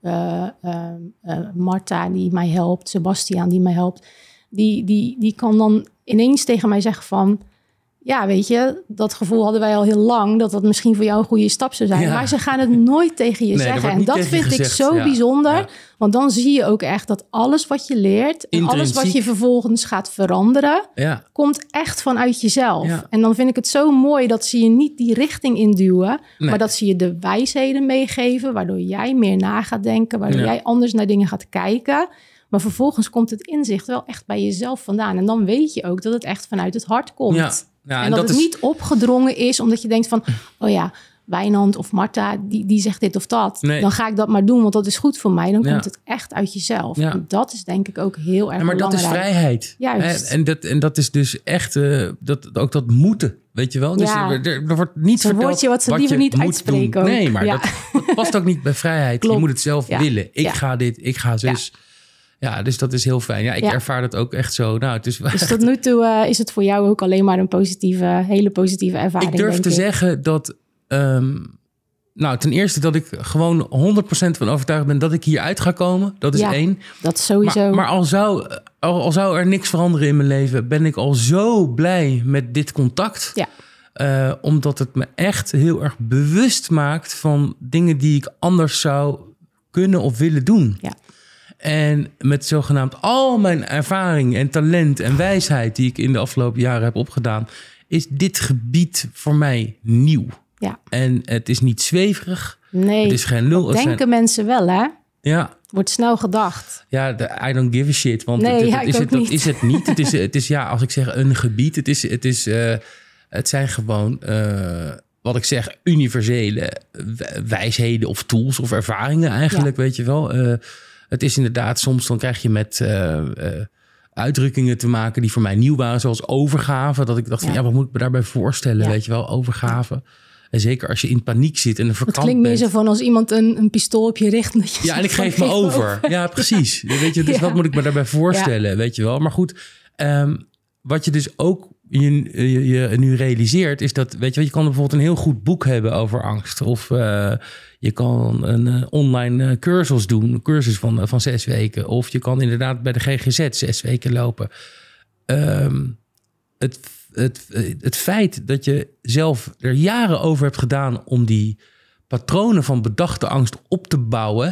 Marta die mij helpt, Sebastiaan die mij helpt... Die kan dan ineens tegen mij zeggen van... Ja, weet je, dat gevoel hadden wij al heel lang... dat misschien voor jou een goede stap zou zijn. Ja. Maar ze gaan het nooit tegen je zeggen. En dat vind ik zo bijzonder. Ja. Want dan zie je ook echt dat alles wat je leert... en alles wat je vervolgens gaat veranderen... komt echt vanuit jezelf. Ja. En dan vind ik het zo mooi dat ze je niet die richting induwen... maar dat ze je de wijsheden meegeven... waardoor jij meer na gaat denken... waardoor jij anders naar dingen gaat kijken... Maar vervolgens komt het inzicht wel echt bij jezelf vandaan. En dan weet je ook dat het echt vanuit het hart komt. Ja, en dat het niet opgedrongen is, omdat je denkt van... oh ja, Wijnand of Marta, die zegt dit of dat. Nee. Dan ga ik dat maar doen, want dat is goed voor mij. Dan komt het echt uit jezelf. Ja. En dat is denk ik ook heel erg belangrijk. Maar dat is vrijheid. Juist. En dat is dus echt ook dat moeten, weet je wel. Dus er wordt niet verteld woordje wat ze liever niet uitspreken. Nee, maar dat past ook niet bij vrijheid. Klopt. Je moet het zelf willen. Ik ga dit, ik ga zus. Ja, dus dat is heel fijn. Ja, ik ervaar dat ook echt zo. Nou, het is dus tot nu toe is het voor jou ook alleen maar een hele positieve ervaring. Ik durf te zeggen dat... ten eerste dat ik gewoon 100% van overtuigd ben dat ik hier uit ga komen. Dat is 1. Dat sowieso. Maar al zou er niks veranderen in mijn leven, ben ik al zo blij met dit contact. Ja. Omdat het me echt heel erg bewust maakt van dingen die ik anders zou kunnen of willen doen. Ja. En met zogenaamd al mijn ervaring en talent en wijsheid die ik in de afgelopen jaren heb opgedaan, is dit gebied voor mij nieuw. Ja. En het is niet zweverig. Nee, het is geen nul. Dat denken mensen wel, hè? Ja. Wordt snel gedacht. Ja, I don't give a shit. Want dat is het niet. Het is als ik zeg een gebied, het zijn gewoon, wat ik zeg, universele wijsheden of tools of ervaringen eigenlijk, weet je wel. Het is inderdaad, soms dan krijg je met uitdrukkingen te maken die voor mij nieuw waren, zoals overgave. Dat ik dacht van, wat moet ik me daarbij voorstellen, weet je wel, overgave. En zeker als je in paniek zit en een verkant bent. Het klinkt meer zo van als iemand een pistool op je richt. Dat je en ik geef me over. Ja, precies. Weet je, dus wat moet ik me daarbij voorstellen, weet je wel. Maar goed, wat je dus ook je nu realiseert, is dat, weet je, je kan bijvoorbeeld een heel goed boek hebben over angst. Of je kan een online cursus doen, een cursus van 6 weken. Of je kan inderdaad bij de GGZ 6 weken lopen. Het feit dat je zelf er jaren over hebt gedaan om die patronen van bedachte angst op te bouwen,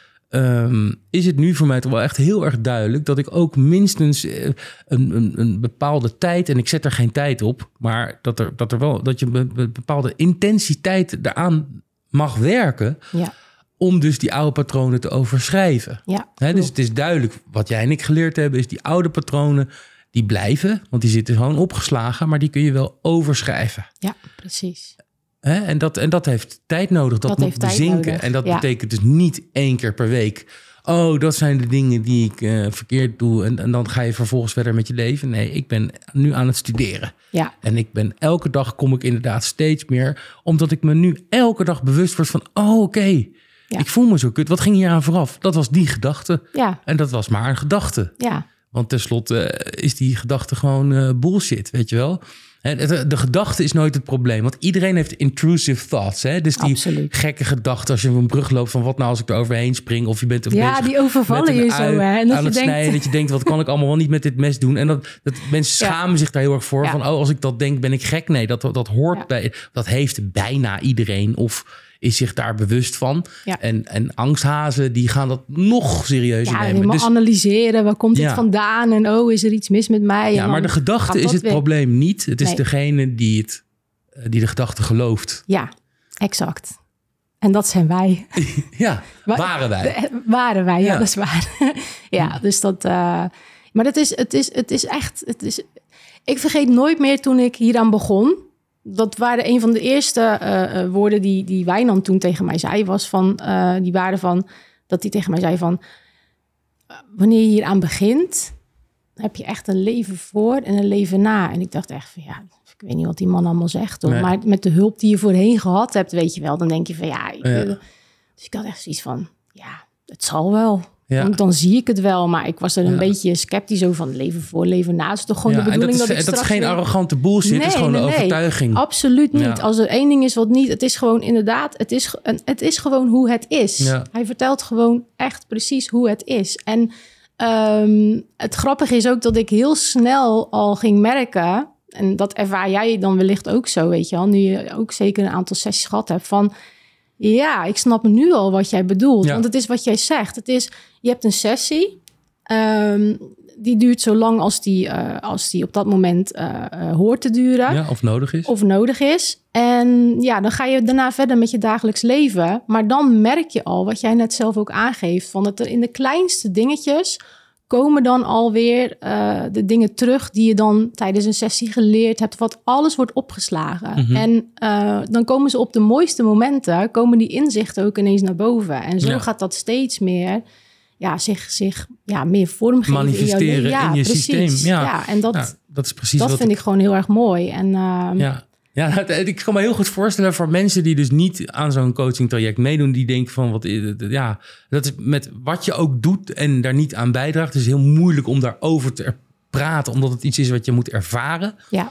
is het nu voor mij toch wel echt heel erg duidelijk dat ik ook minstens een bepaalde tijd, en ik zet er geen tijd op, maar dat je een bepaalde intensiteit eraan mag werken, om dus die oude patronen te overschrijven. Ja, dus het is duidelijk, wat jij en ik geleerd hebben, is die oude patronen, die blijven, want die zitten gewoon opgeslagen, maar die kun je wel overschrijven. Ja, precies. En dat heeft tijd nodig. Dat moet bezinken. En dat betekent dus niet 1 keer per week. Oh, dat zijn de dingen die ik verkeerd doe. En dan ga je vervolgens verder met je leven. Nee, ik ben nu aan het studeren. Ja. En elke dag kom ik inderdaad steeds meer, omdat ik me nu elke dag bewust word van, oké. Ik voel me zo kut. Wat ging hier aan vooraf? Dat was die gedachte. Ja. En dat was maar een gedachte. Ja. Want tenslotte is die gedachte gewoon bullshit, weet je wel. De gedachte is nooit het probleem. Want iedereen heeft intrusive thoughts. Hè? Dus die gekke gedachten als je op een brug loopt van, wat nou als ik er overheen spring? Of je bent bezig die overvallen je zo. Hè? En aan het snijden. Dat je denkt, wat kan ik allemaal wel niet met dit mes doen? En dat mensen schamen zich daar heel erg voor. Van, als ik dat denk, ben ik gek. Nee, dat hoort bij. Dat heeft bijna iedereen. Of is zich daar bewust van. Ja. En angsthazen, die gaan dat nog serieuzer nemen. Helemaal analyseren. Waar komt dit vandaan? En is er iets mis met mij? Ja, maar de gedachte is het probleem niet. Het is degene die de gedachte gelooft. Ja, exact. En dat zijn wij. Waren wij. Waren wij, dat is waar. Dus dat... maar het is echt... Ik vergeet nooit meer toen ik hieraan begon. Dat waren een van de eerste woorden die Wijnand toen tegen mij zei. Dat hij tegen mij zei van, wanneer je hier aan begint, heb je echt een leven voor en een leven na. En ik dacht echt van, ik weet niet wat die man allemaal zegt. Hoor. Nee. Maar met de hulp die je voorheen gehad hebt, weet je wel, dan denk je van Dus ik had echt zoiets van, het zal wel. Ja. Dan zie ik het wel, maar ik was er een beetje sceptisch over van leven voor, leven na. Het is toch gewoon de bedoeling dat ik straks... Dat is geen arrogante bullshit, het is gewoon een overtuiging. Absoluut niet. Ja. Als er één ding is wat niet... Het is gewoon inderdaad... Het is gewoon hoe het is. Ja. Hij vertelt gewoon echt precies hoe het is. En het grappige is ook dat ik heel snel al ging merken... En dat ervaar jij dan wellicht ook zo, weet je wel. Nu je ook zeker een aantal sessies gehad hebt van... Ja, ik snap nu al wat jij bedoelt. Ja. Want het is wat jij zegt. Het is, je hebt een sessie. Die duurt zo lang als die op dat moment hoort te duren. Ja, of nodig is. En dan ga je daarna verder met je dagelijks leven. Maar dan merk je al, wat jij net zelf ook aangeeft... van dat er in de kleinste dingetjes... komen dan alweer de dingen terug die je dan tijdens een sessie geleerd hebt. Wat alles wordt opgeslagen. Mm-hmm. En dan komen ze op de mooiste momenten, komen die inzichten ook ineens naar boven. En zo gaat dat steeds meer zich meer vormgeven. Manifesteren in je systeem. Ja, en dat is precies dat vind ik gewoon heel erg mooi. En, Ja, ik kan me heel goed voorstellen voor mensen die dus niet aan zo'n coaching traject meedoen. Die denken van, dat is met wat je ook doet en daar niet aan bijdraagt. Het is heel moeilijk om daarover te praten, omdat het iets is wat je moet ervaren. Ja.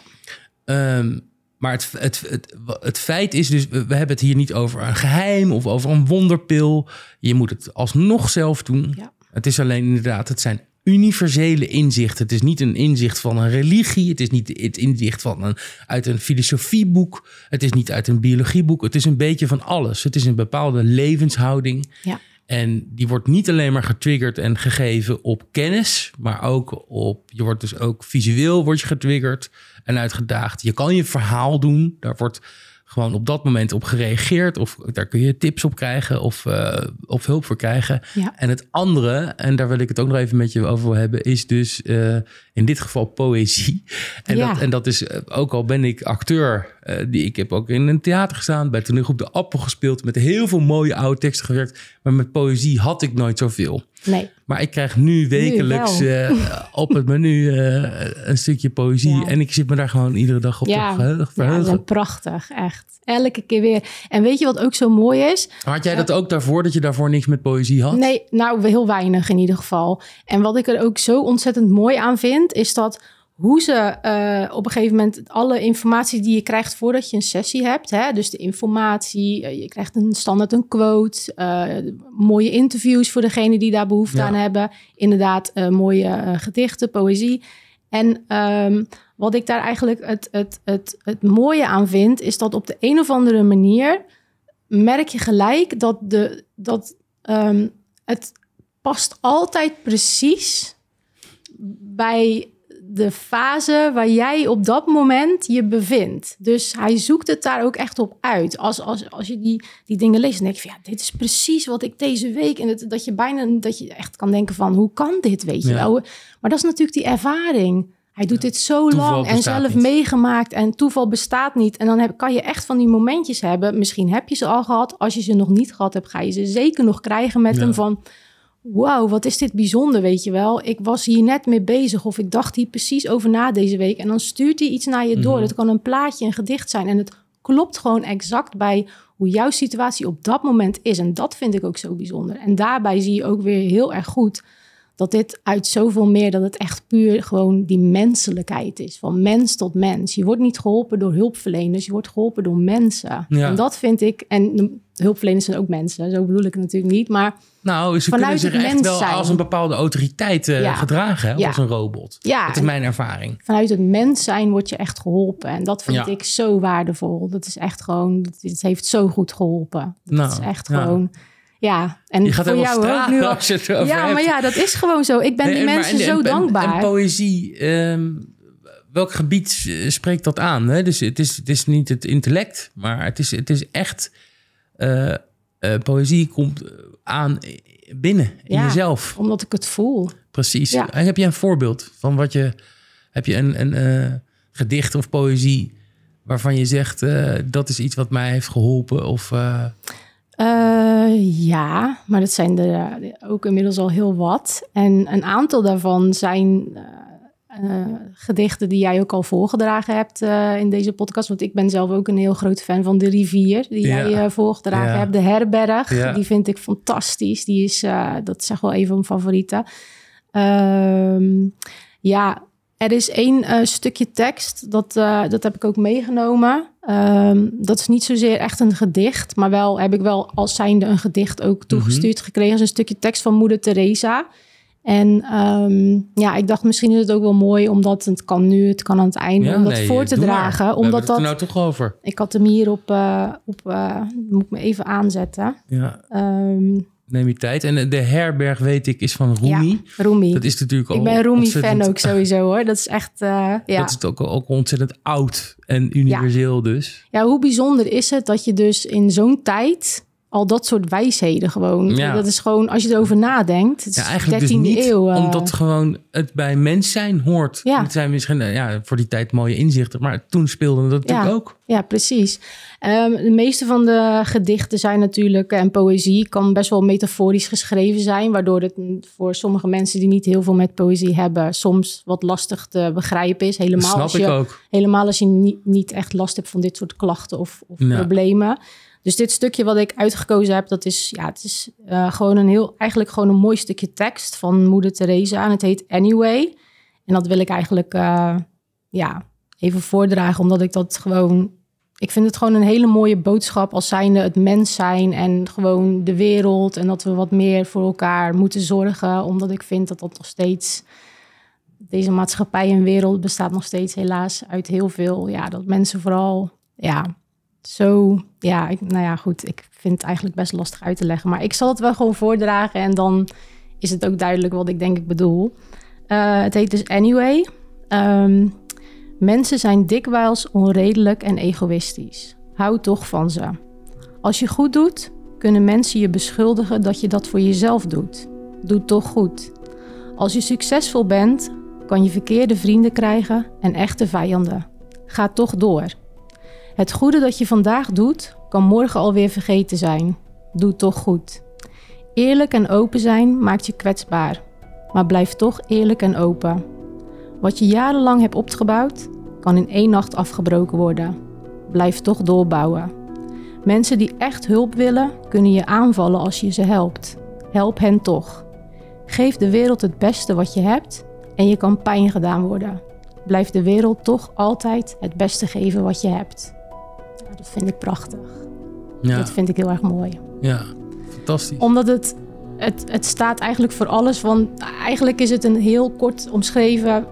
Maar het feit is dus, we hebben het hier niet over een geheim of over een wonderpil. Je moet het alsnog zelf doen. Ja. Het is alleen inderdaad, het zijn universele inzichten. Het is niet een inzicht van een religie. Het is niet het inzicht uit een filosofieboek. Het is niet uit een biologieboek. Het is een beetje van alles. Het is een bepaalde levenshouding. Ja. En die wordt niet alleen maar getriggerd en gegeven op kennis, maar ook je wordt dus ook visueel getriggerd en uitgedaagd. Je kan je verhaal doen. Daar wordt gewoon op dat moment op gereageerd. Of daar kun je tips op krijgen of hulp voor krijgen. Ja. En het andere, en daar wil ik het ook nog even met je over hebben, is dus in dit geval poëzie. En dat is, ook al ben ik acteur, ik heb ook in een theater gestaan, bij toneelgroep De Appel gespeeld, met heel veel mooie oude teksten gewerkt. Maar met poëzie had ik nooit zoveel. Nee. Maar ik krijg nu wekelijks op het menu een stukje poëzie. Ja. En ik zit me daar gewoon iedere dag op te verheugen. Ja, dat is prachtig, echt. Elke keer weer. En weet je wat ook zo mooi is? Had jij dat ook daarvoor, dat je daarvoor niks met poëzie had? Nee, nou heel weinig in ieder geval. En wat ik er ook zo ontzettend mooi aan vind, is dat hoe ze op een gegeven moment alle informatie die je krijgt voordat je een sessie hebt. Hè, dus de informatie, je krijgt standaard een quote. Mooie interviews voor degene die daar behoefte aan hebben. Inderdaad, mooie gedichten, poëzie. En wat ik daar eigenlijk het mooie aan vind, is dat op de een of andere manier merk je gelijk dat het past altijd precies bij de fase waar jij op dat moment je bevindt. Dus hij zoekt het daar ook echt op uit. Als je die dingen leest, dan denk je van, dit is precies wat ik deze week... En dat je echt kan denken van, hoe kan dit, weet je wel? Maar dat is natuurlijk die ervaring. Hij doet dit zo lang en zelf meegemaakt en toeval bestaat niet. En dan kan je echt van die momentjes hebben. Misschien heb je ze al gehad. Als je ze nog niet gehad hebt, ga je ze zeker nog krijgen met hem van... Wauw, wat is dit bijzonder, weet je wel. Ik was hier net mee bezig of ik dacht hier precies over na deze week. En dan stuurt hij iets naar je door. Het kan een plaatje, een gedicht zijn. En het klopt gewoon exact bij hoe jouw situatie op dat moment is. En dat vind ik ook zo bijzonder. En daarbij zie je ook weer heel erg goed dat dit uit zoveel meer, dat het echt puur gewoon die menselijkheid is. Van mens tot mens. Je wordt niet geholpen door hulpverleners, je wordt geholpen door mensen. Ja. En dat vind ik, en hulpverleners zijn ook mensen, zo bedoel ik het natuurlijk niet, maar nou, ze kunnen zich echt wel zijn als een bepaalde autoriteit gedragen, hè, als een robot. Ja, dat is mijn ervaring. Vanuit het mens zijn word je echt geholpen. En dat vind ik zo waardevol. Dat is echt gewoon, het heeft zo goed geholpen. Dat is echt gewoon... Ja, en je gaat voor jou ook nu als je het over hebt. Maar ja, dat is gewoon zo. Ik ben die mensen zo dankbaar. En poëzie, welk gebied spreekt dat aan? Hè? Dus het is niet het intellect, maar het is echt... poëzie komt aan binnen in jezelf. Omdat ik het voel. Precies. Ja. En heb je een voorbeeld van wat je... Heb je een gedicht of poëzie waarvan je zegt... dat is iets wat mij heeft geholpen of... Ja, maar dat zijn er ook inmiddels al heel wat. En een aantal daarvan zijn gedichten die jij ook al voorgedragen hebt in deze podcast. Want ik ben zelf ook een heel groot fan van De Rivier, die jij voorgedragen hebt. De Herberg, die vind ik fantastisch. Die is, dat is echt wel een van mijn favorieten. Er is één stukje tekst, dat heb ik ook meegenomen. Dat is niet zozeer echt een gedicht, maar heb ik wel als zijnde een gedicht ook toegestuurd gekregen. Dat is een stukje tekst van Moeder Teresa. En ik dacht misschien is het ook wel mooi, omdat het kan nu, het kan aan het einde, om dat voor te dragen. Maar. Omdat dat er nou toch over. Ik had hem hier op moet ik me even aanzetten. Ja. Neem je tijd. En de Herberg, weet ik, is van Rumi. Ja, Rumi. Dat is natuurlijk al. Ik ben Rumi-fan ook sowieso, hoor. Dat is echt, Dat is ook ontzettend oud en universeel dus. Ja, hoe bijzonder is het dat je dus in zo'n tijd al dat soort wijsheden gewoon. Ja. Dat is gewoon, als je erover nadenkt, het is eigenlijk 13e dus niet eeuw. Omdat gewoon het bij mens zijn hoort. Ja. Het zijn misschien voor die tijd mooie inzichten, maar toen speelde dat natuurlijk ook. Ja, precies. De meeste van de gedichten zijn natuurlijk, en poëzie kan best wel metaforisch geschreven zijn, waardoor het voor sommige mensen die niet heel veel met poëzie hebben, soms wat lastig te begrijpen is. Helemaal als je niet echt last hebt van dit soort klachten of problemen. Dus dit stukje wat ik uitgekozen heb, het is gewoon eigenlijk gewoon een mooi stukje tekst van Moeder Teresa. En het heet Anyway. En dat wil ik eigenlijk even voordragen, omdat ik dat gewoon... Ik vind het gewoon een hele mooie boodschap als zijnde het mens zijn en gewoon de wereld. En dat we wat meer voor elkaar moeten zorgen, omdat ik vind dat dat nog steeds... Deze maatschappij en wereld bestaat nog steeds helaas uit heel veel... Ja, dat mensen vooral... Ik vind het eigenlijk best lastig uit te leggen. Maar ik zal het wel gewoon voordragen en dan is het ook duidelijk wat ik denk ik bedoel. Het heet dus Anyway. Mensen zijn dikwijls onredelijk en egoïstisch. Hou toch van ze. Als je goed doet, kunnen mensen je beschuldigen dat je dat voor jezelf doet. Doe toch goed. Als je succesvol bent, kan je verkeerde vrienden krijgen en echte vijanden. Ga toch door. Het goede dat je vandaag doet, kan morgen alweer vergeten zijn. Doe toch goed. Eerlijk en open zijn maakt je kwetsbaar. Maar blijf toch eerlijk en open. Wat je jarenlang hebt opgebouwd, kan in 1 nacht afgebroken worden. Blijf toch doorbouwen. Mensen die echt hulp willen, kunnen je aanvallen als je ze helpt. Help hen toch. Geef de wereld het beste wat je hebt en je kan pijn gedaan worden. Blijf de wereld toch altijd het beste geven wat je hebt. Ja, dat vind ik prachtig. Ja. Dat vind ik heel erg mooi. Ja, fantastisch. Omdat het staat eigenlijk voor alles. Want eigenlijk is het een heel kort omschreven...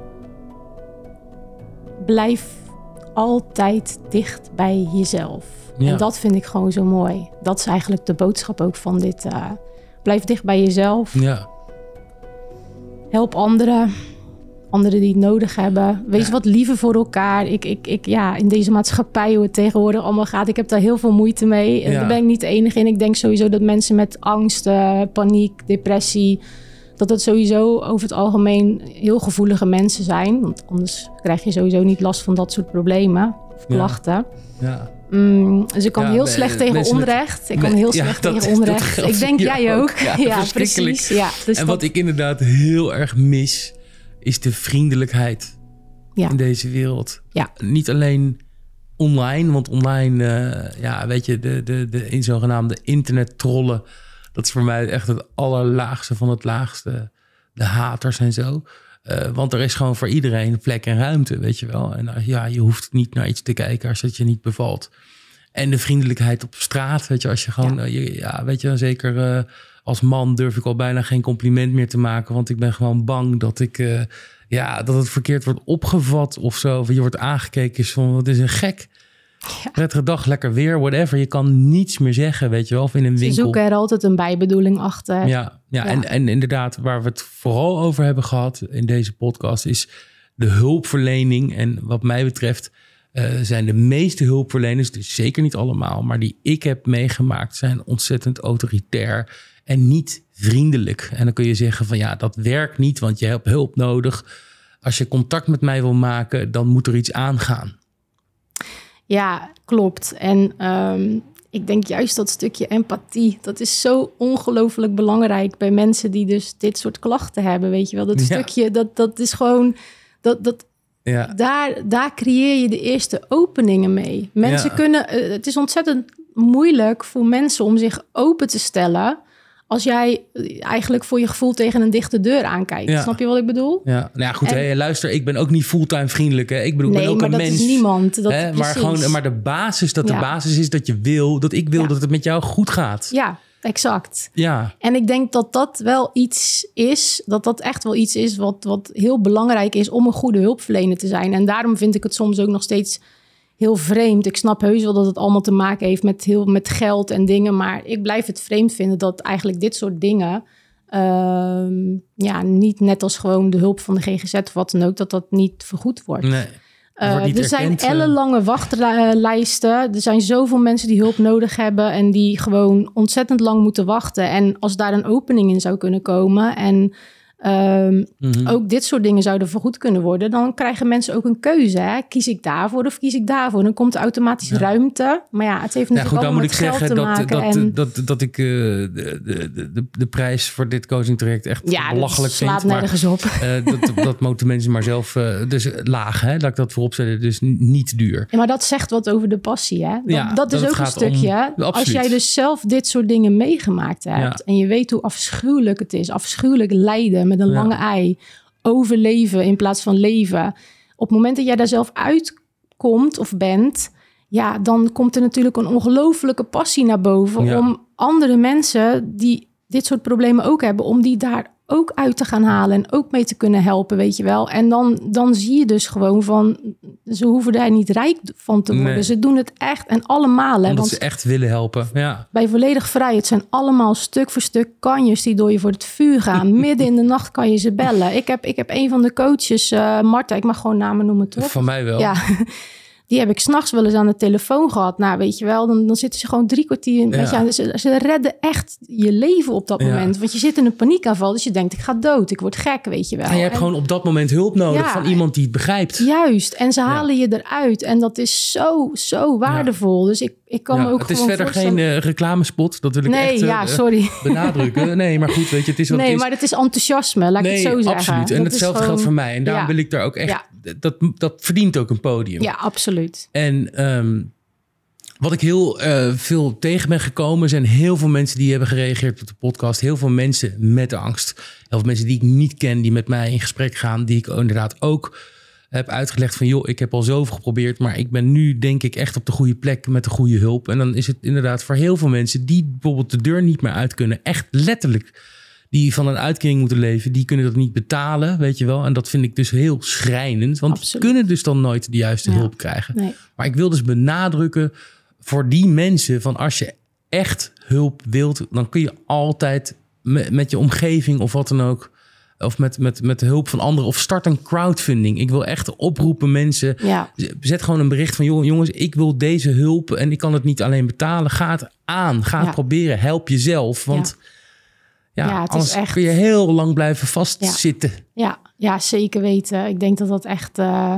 Blijf altijd dicht bij jezelf. Ja. En dat vind ik gewoon zo mooi. Dat is eigenlijk de boodschap ook van dit. Blijf dicht bij jezelf. Ja. Help anderen die het nodig hebben. Wees wat liever voor elkaar. In deze maatschappij, hoe het tegenwoordig allemaal gaat... ik heb daar heel veel moeite mee. En daar ben ik niet de enige in. Ik denk sowieso dat mensen met angst, paniek, depressie... dat het sowieso over het algemeen heel gevoelige mensen zijn. Want anders krijg je sowieso niet last van dat soort problemen of klachten. Ja. Dus ik kan heel slecht tegen onrecht. Ik denk jij ook. Ja, precies. Ja, dus en wat ik inderdaad heel erg mis... is de vriendelijkheid in deze wereld. Ja. Niet alleen online, want online... weet je, de zogenaamde internettrollen... dat is voor mij echt het allerlaagste van het laagste. De haters en zo. Want er is gewoon voor iedereen plek en ruimte, weet je wel. En je hoeft niet naar iets te kijken als het je niet bevalt. En de vriendelijkheid op straat, weet je, als je gewoon... weet je, zeker als man durf ik al bijna geen compliment meer te maken... want ik ben gewoon bang dat dat het verkeerd wordt opgevat of zo. Of je wordt aangekeken is van, wat is een gek... Ja. Prettige dag, lekker weer, whatever. Je kan niets meer zeggen, weet je wel. Of in een winkel. Ze zoeken er altijd een bijbedoeling achter. Ja. En inderdaad, waar we het vooral over hebben gehad in deze podcast... is de hulpverlening. En wat mij betreft zijn de meeste hulpverleners... dus zeker niet allemaal, maar die ik heb meegemaakt... zijn ontzettend autoritair en niet vriendelijk. En dan kun je zeggen van dat werkt niet, want je hebt hulp nodig. Als je contact met mij wil maken, dan moet er iets aangaan. Ja, klopt. En ik denk juist dat stukje empathie... dat is zo ongelooflijk belangrijk bij mensen die dus dit soort klachten hebben. Weet je wel, dat stukje, dat is gewoon... Daar creëer je de eerste openingen mee. Mensen kunnen... het is ontzettend moeilijk voor mensen om zich open te stellen... als jij eigenlijk voor je gevoel tegen een dichte deur aankijkt. Ja. Snap je wat ik bedoel? Ja, goed. Luister, ik ben ook niet fulltime vriendelijk. Hè. Ik bedoel, ik ben ook een mens. Nee, maar dat is niemand. Maar de basis is dat je wil... dat ik wil dat het met jou goed gaat. Ja, exact. Ja. En ik denk dat dat wel iets is... dat echt wel iets is wat heel belangrijk is... om een goede hulpverlener te zijn. En daarom vind ik het soms ook nog steeds... heel vreemd. Ik snap heus wel dat het allemaal te maken heeft met geld en dingen. Maar ik blijf het vreemd vinden dat eigenlijk dit soort dingen... niet net als gewoon de hulp van de GGZ of wat dan ook... dat niet vergoed wordt. Nee. Er zijn ellenlange wachtlijsten. Er zijn zoveel mensen die hulp nodig hebben en die gewoon ontzettend lang moeten wachten. En als daar een opening in zou kunnen komen en ook dit soort dingen zouden vergoed kunnen worden, dan krijgen mensen ook een keuze. Hè? Kies ik daarvoor of kies ik daarvoor? Dan komt er automatisch ruimte. Maar ja, het heeft natuurlijk allemaal met geld te maken. Dat ik de prijs voor dit coachingtraject echt belachelijk vind. Slaat nergens op. Dat moeten mensen maar zelf... dus laag, hè? Laat ik dat voorop zetten. Dus niet duur. Ja, maar dat zegt wat over de passie. Hè? Dat is ook een stukje. Als jij dus zelf dit soort dingen meegemaakt hebt en je weet hoe afschuwelijk het is. Afschuwelijk lijden met een lange ei. Overleven in plaats van leven. Op het moment dat jij daar zelf uitkomt of bent, dan komt er natuurlijk een ongelofelijke passie naar boven om andere mensen die dit soort problemen ook hebben, om die daar ook uit te gaan halen en ook mee te kunnen helpen, weet je wel. En dan zie je dus gewoon van, ze hoeven daar niet rijk van te worden. Nee. Ze doen het echt en allemaal. Omdat ze echt willen helpen, Bij Volledig Vrij, het zijn allemaal stuk voor stuk kanjers die door je voor het vuur gaan. Midden in de nacht kan je ze bellen. Ik heb een van de coaches, Marta, ik mag gewoon namen noemen, toch? Van mij wel. Ja. Die heb ik 's nachts wel eens aan de telefoon gehad. Nou, weet je wel, dan zitten ze gewoon 3 kwartier... Ze redden echt je leven op dat moment. Want je zit in een paniekaanval, dus je denkt, ik ga dood. Ik word gek, weet je wel. En je hebt gewoon op dat moment hulp nodig van iemand die het begrijpt. Juist, en ze halen je eruit. En dat is zo waardevol. Dus ik kan me ook het is verder geen reclamespot. Dat wil ik echt benadrukken. Nee, maar goed, weet je, het is wat het is. Maar het is enthousiasme, laat ik het zo zeggen. Absoluut. En hetzelfde geldt voor mij. En daarom wil ik daar ook echt... Dat verdient ook een podium. Ja, absoluut. En wat ik heel veel tegen ben gekomen, zijn heel veel mensen die hebben gereageerd op de podcast. Heel veel mensen met angst. Heel veel mensen die ik niet ken, die met mij in gesprek gaan. Die ik inderdaad ook heb uitgelegd van, joh, ik heb al zoveel geprobeerd, maar ik ben nu denk ik echt op de goede plek met de goede hulp. En dan is het inderdaad voor heel veel mensen die bijvoorbeeld de deur niet meer uit kunnen, echt letterlijk, die van een uitkering moeten leven, die kunnen dat niet betalen, weet je wel. En dat vind ik dus heel schrijnend, want die kunnen dus dan nooit de juiste hulp krijgen. Nee. Maar ik wil dus benadrukken voor die mensen van, als je echt hulp wilt, dan kun je altijd met je omgeving of wat dan ook, of met de hulp van anderen, of start een crowdfunding. Ik wil echt oproepen mensen, zet gewoon een bericht van, jongens, ik wil deze hulp en ik kan het niet alleen betalen. Ga het aan, ga het proberen, help jezelf, want anders het is kun je heel lang blijven vastzitten. Ja, zeker weten. Ik denk dat echt...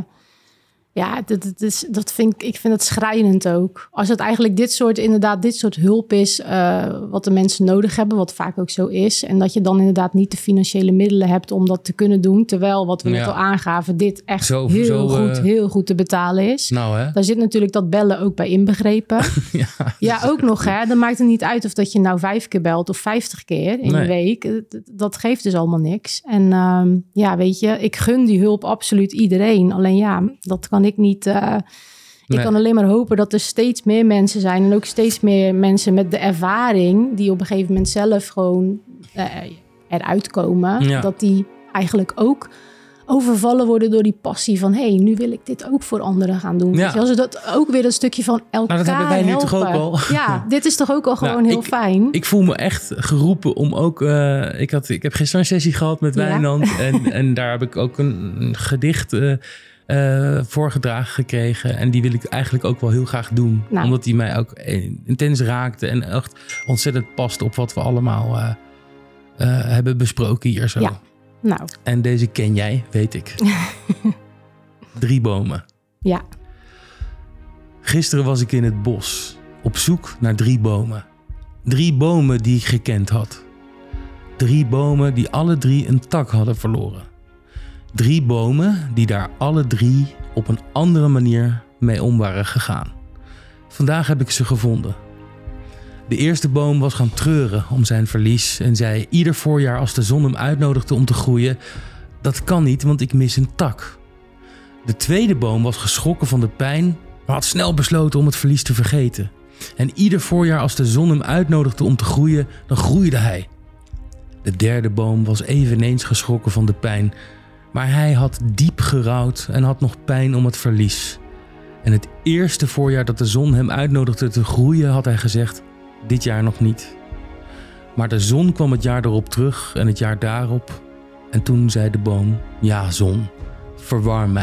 ik vind het schrijnend ook. Als het eigenlijk dit soort hulp is, wat de mensen nodig hebben, wat vaak ook zo is. En dat je dan inderdaad niet de financiële middelen hebt om dat te kunnen doen. Terwijl, wat we net al aangaven, dit echt heel goed te betalen is. Nou, hè? Daar zit natuurlijk dat bellen ook bij inbegrepen. Ook nog, hè. Dan maakt het niet uit of dat je nou 5 keer belt of 50 keer in een week. Dat geeft dus allemaal niks. En weet je, ik gun die hulp absoluut iedereen. Alleen dat kan ik niet. Ik kan alleen maar hopen dat er steeds meer mensen zijn en ook steeds meer mensen met de ervaring die op een gegeven moment zelf gewoon eruit komen. Dat die eigenlijk ook overvallen worden door die passie van, nu wil ik dit ook voor anderen gaan doen. Ja. Als dat ook weer een stukje van elkaar helpen. Dat hebben wij nu toch ook al. Ja, dit is toch ook al gewoon heel fijn. Ik voel me echt geroepen om ook... Ik heb gisteren een sessie gehad met Wijnand en daar heb ik ook een gedicht voorgedragen gekregen. En die wil ik eigenlijk ook wel heel graag doen. Omdat die mij ook intens raakte en echt ontzettend past op wat we allemaal hebben besproken hier zo. Ja. Nou. En deze ken jij, weet ik. 3 bomen. Ja. Gisteren was ik in het bos op zoek naar 3 bomen. 3 bomen die ik gekend had. 3 bomen die alle 3 een tak hadden verloren. 3 bomen die daar alle 3 op een andere manier mee om waren gegaan. Vandaag heb ik ze gevonden. De eerste boom was gaan treuren om zijn verlies en zei ieder voorjaar als de zon hem uitnodigde om te groeien, dat kan niet, want ik mis een tak. De tweede boom was geschrokken van de pijn, maar had snel besloten om het verlies te vergeten. En ieder voorjaar als de zon hem uitnodigde om te groeien, dan groeide hij. De derde boom was eveneens geschrokken van de pijn, maar hij had diep gerouwd en had nog pijn om het verlies. En het eerste voorjaar dat de zon hem uitnodigde te groeien, had hij gezegd, dit jaar nog niet. Maar de zon kwam het jaar erop terug en het jaar daarop. En toen zei de boom, ja zon, verwarm mij,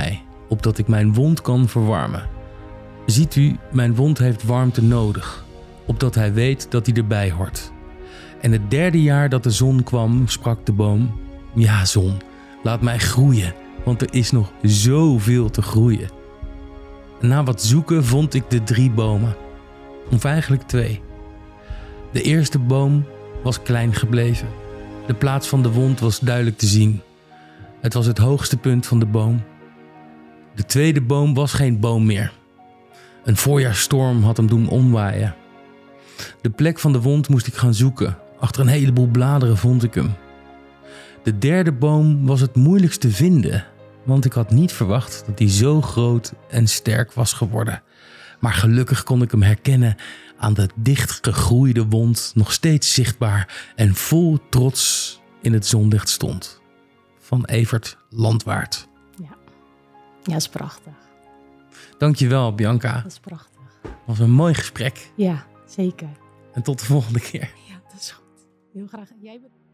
opdat ik mijn wond kan verwarmen. Ziet u, mijn wond heeft warmte nodig, opdat hij weet dat hij erbij hoort. En het 3e jaar dat de zon kwam, sprak de boom: ja, zon, laat mij groeien, want er is nog zoveel te groeien. En na wat zoeken vond ik de 3 bomen. Of eigenlijk 2. De eerste boom was klein gebleven. De plaats van de wond was duidelijk te zien. Het was het hoogste punt van de boom. De tweede boom was geen boom meer. Een voorjaarsstorm had hem doen omwaaien. De plek van de wond moest ik gaan zoeken. Achter een heleboel bladeren vond ik hem. De 3e boom was het moeilijkst te vinden, want ik had niet verwacht dat hij zo groot en sterk was geworden. Maar gelukkig kon ik hem herkennen aan de dicht gegroeide wond, nog steeds zichtbaar en vol trots in het zonlicht stond. Van Evert Landwaard. Ja, dat is prachtig. Dankjewel, Bianca. Dat is prachtig. Het was een mooi gesprek. Ja, zeker. En tot de volgende keer. Ja, dat is goed. Heel graag. Jij bent...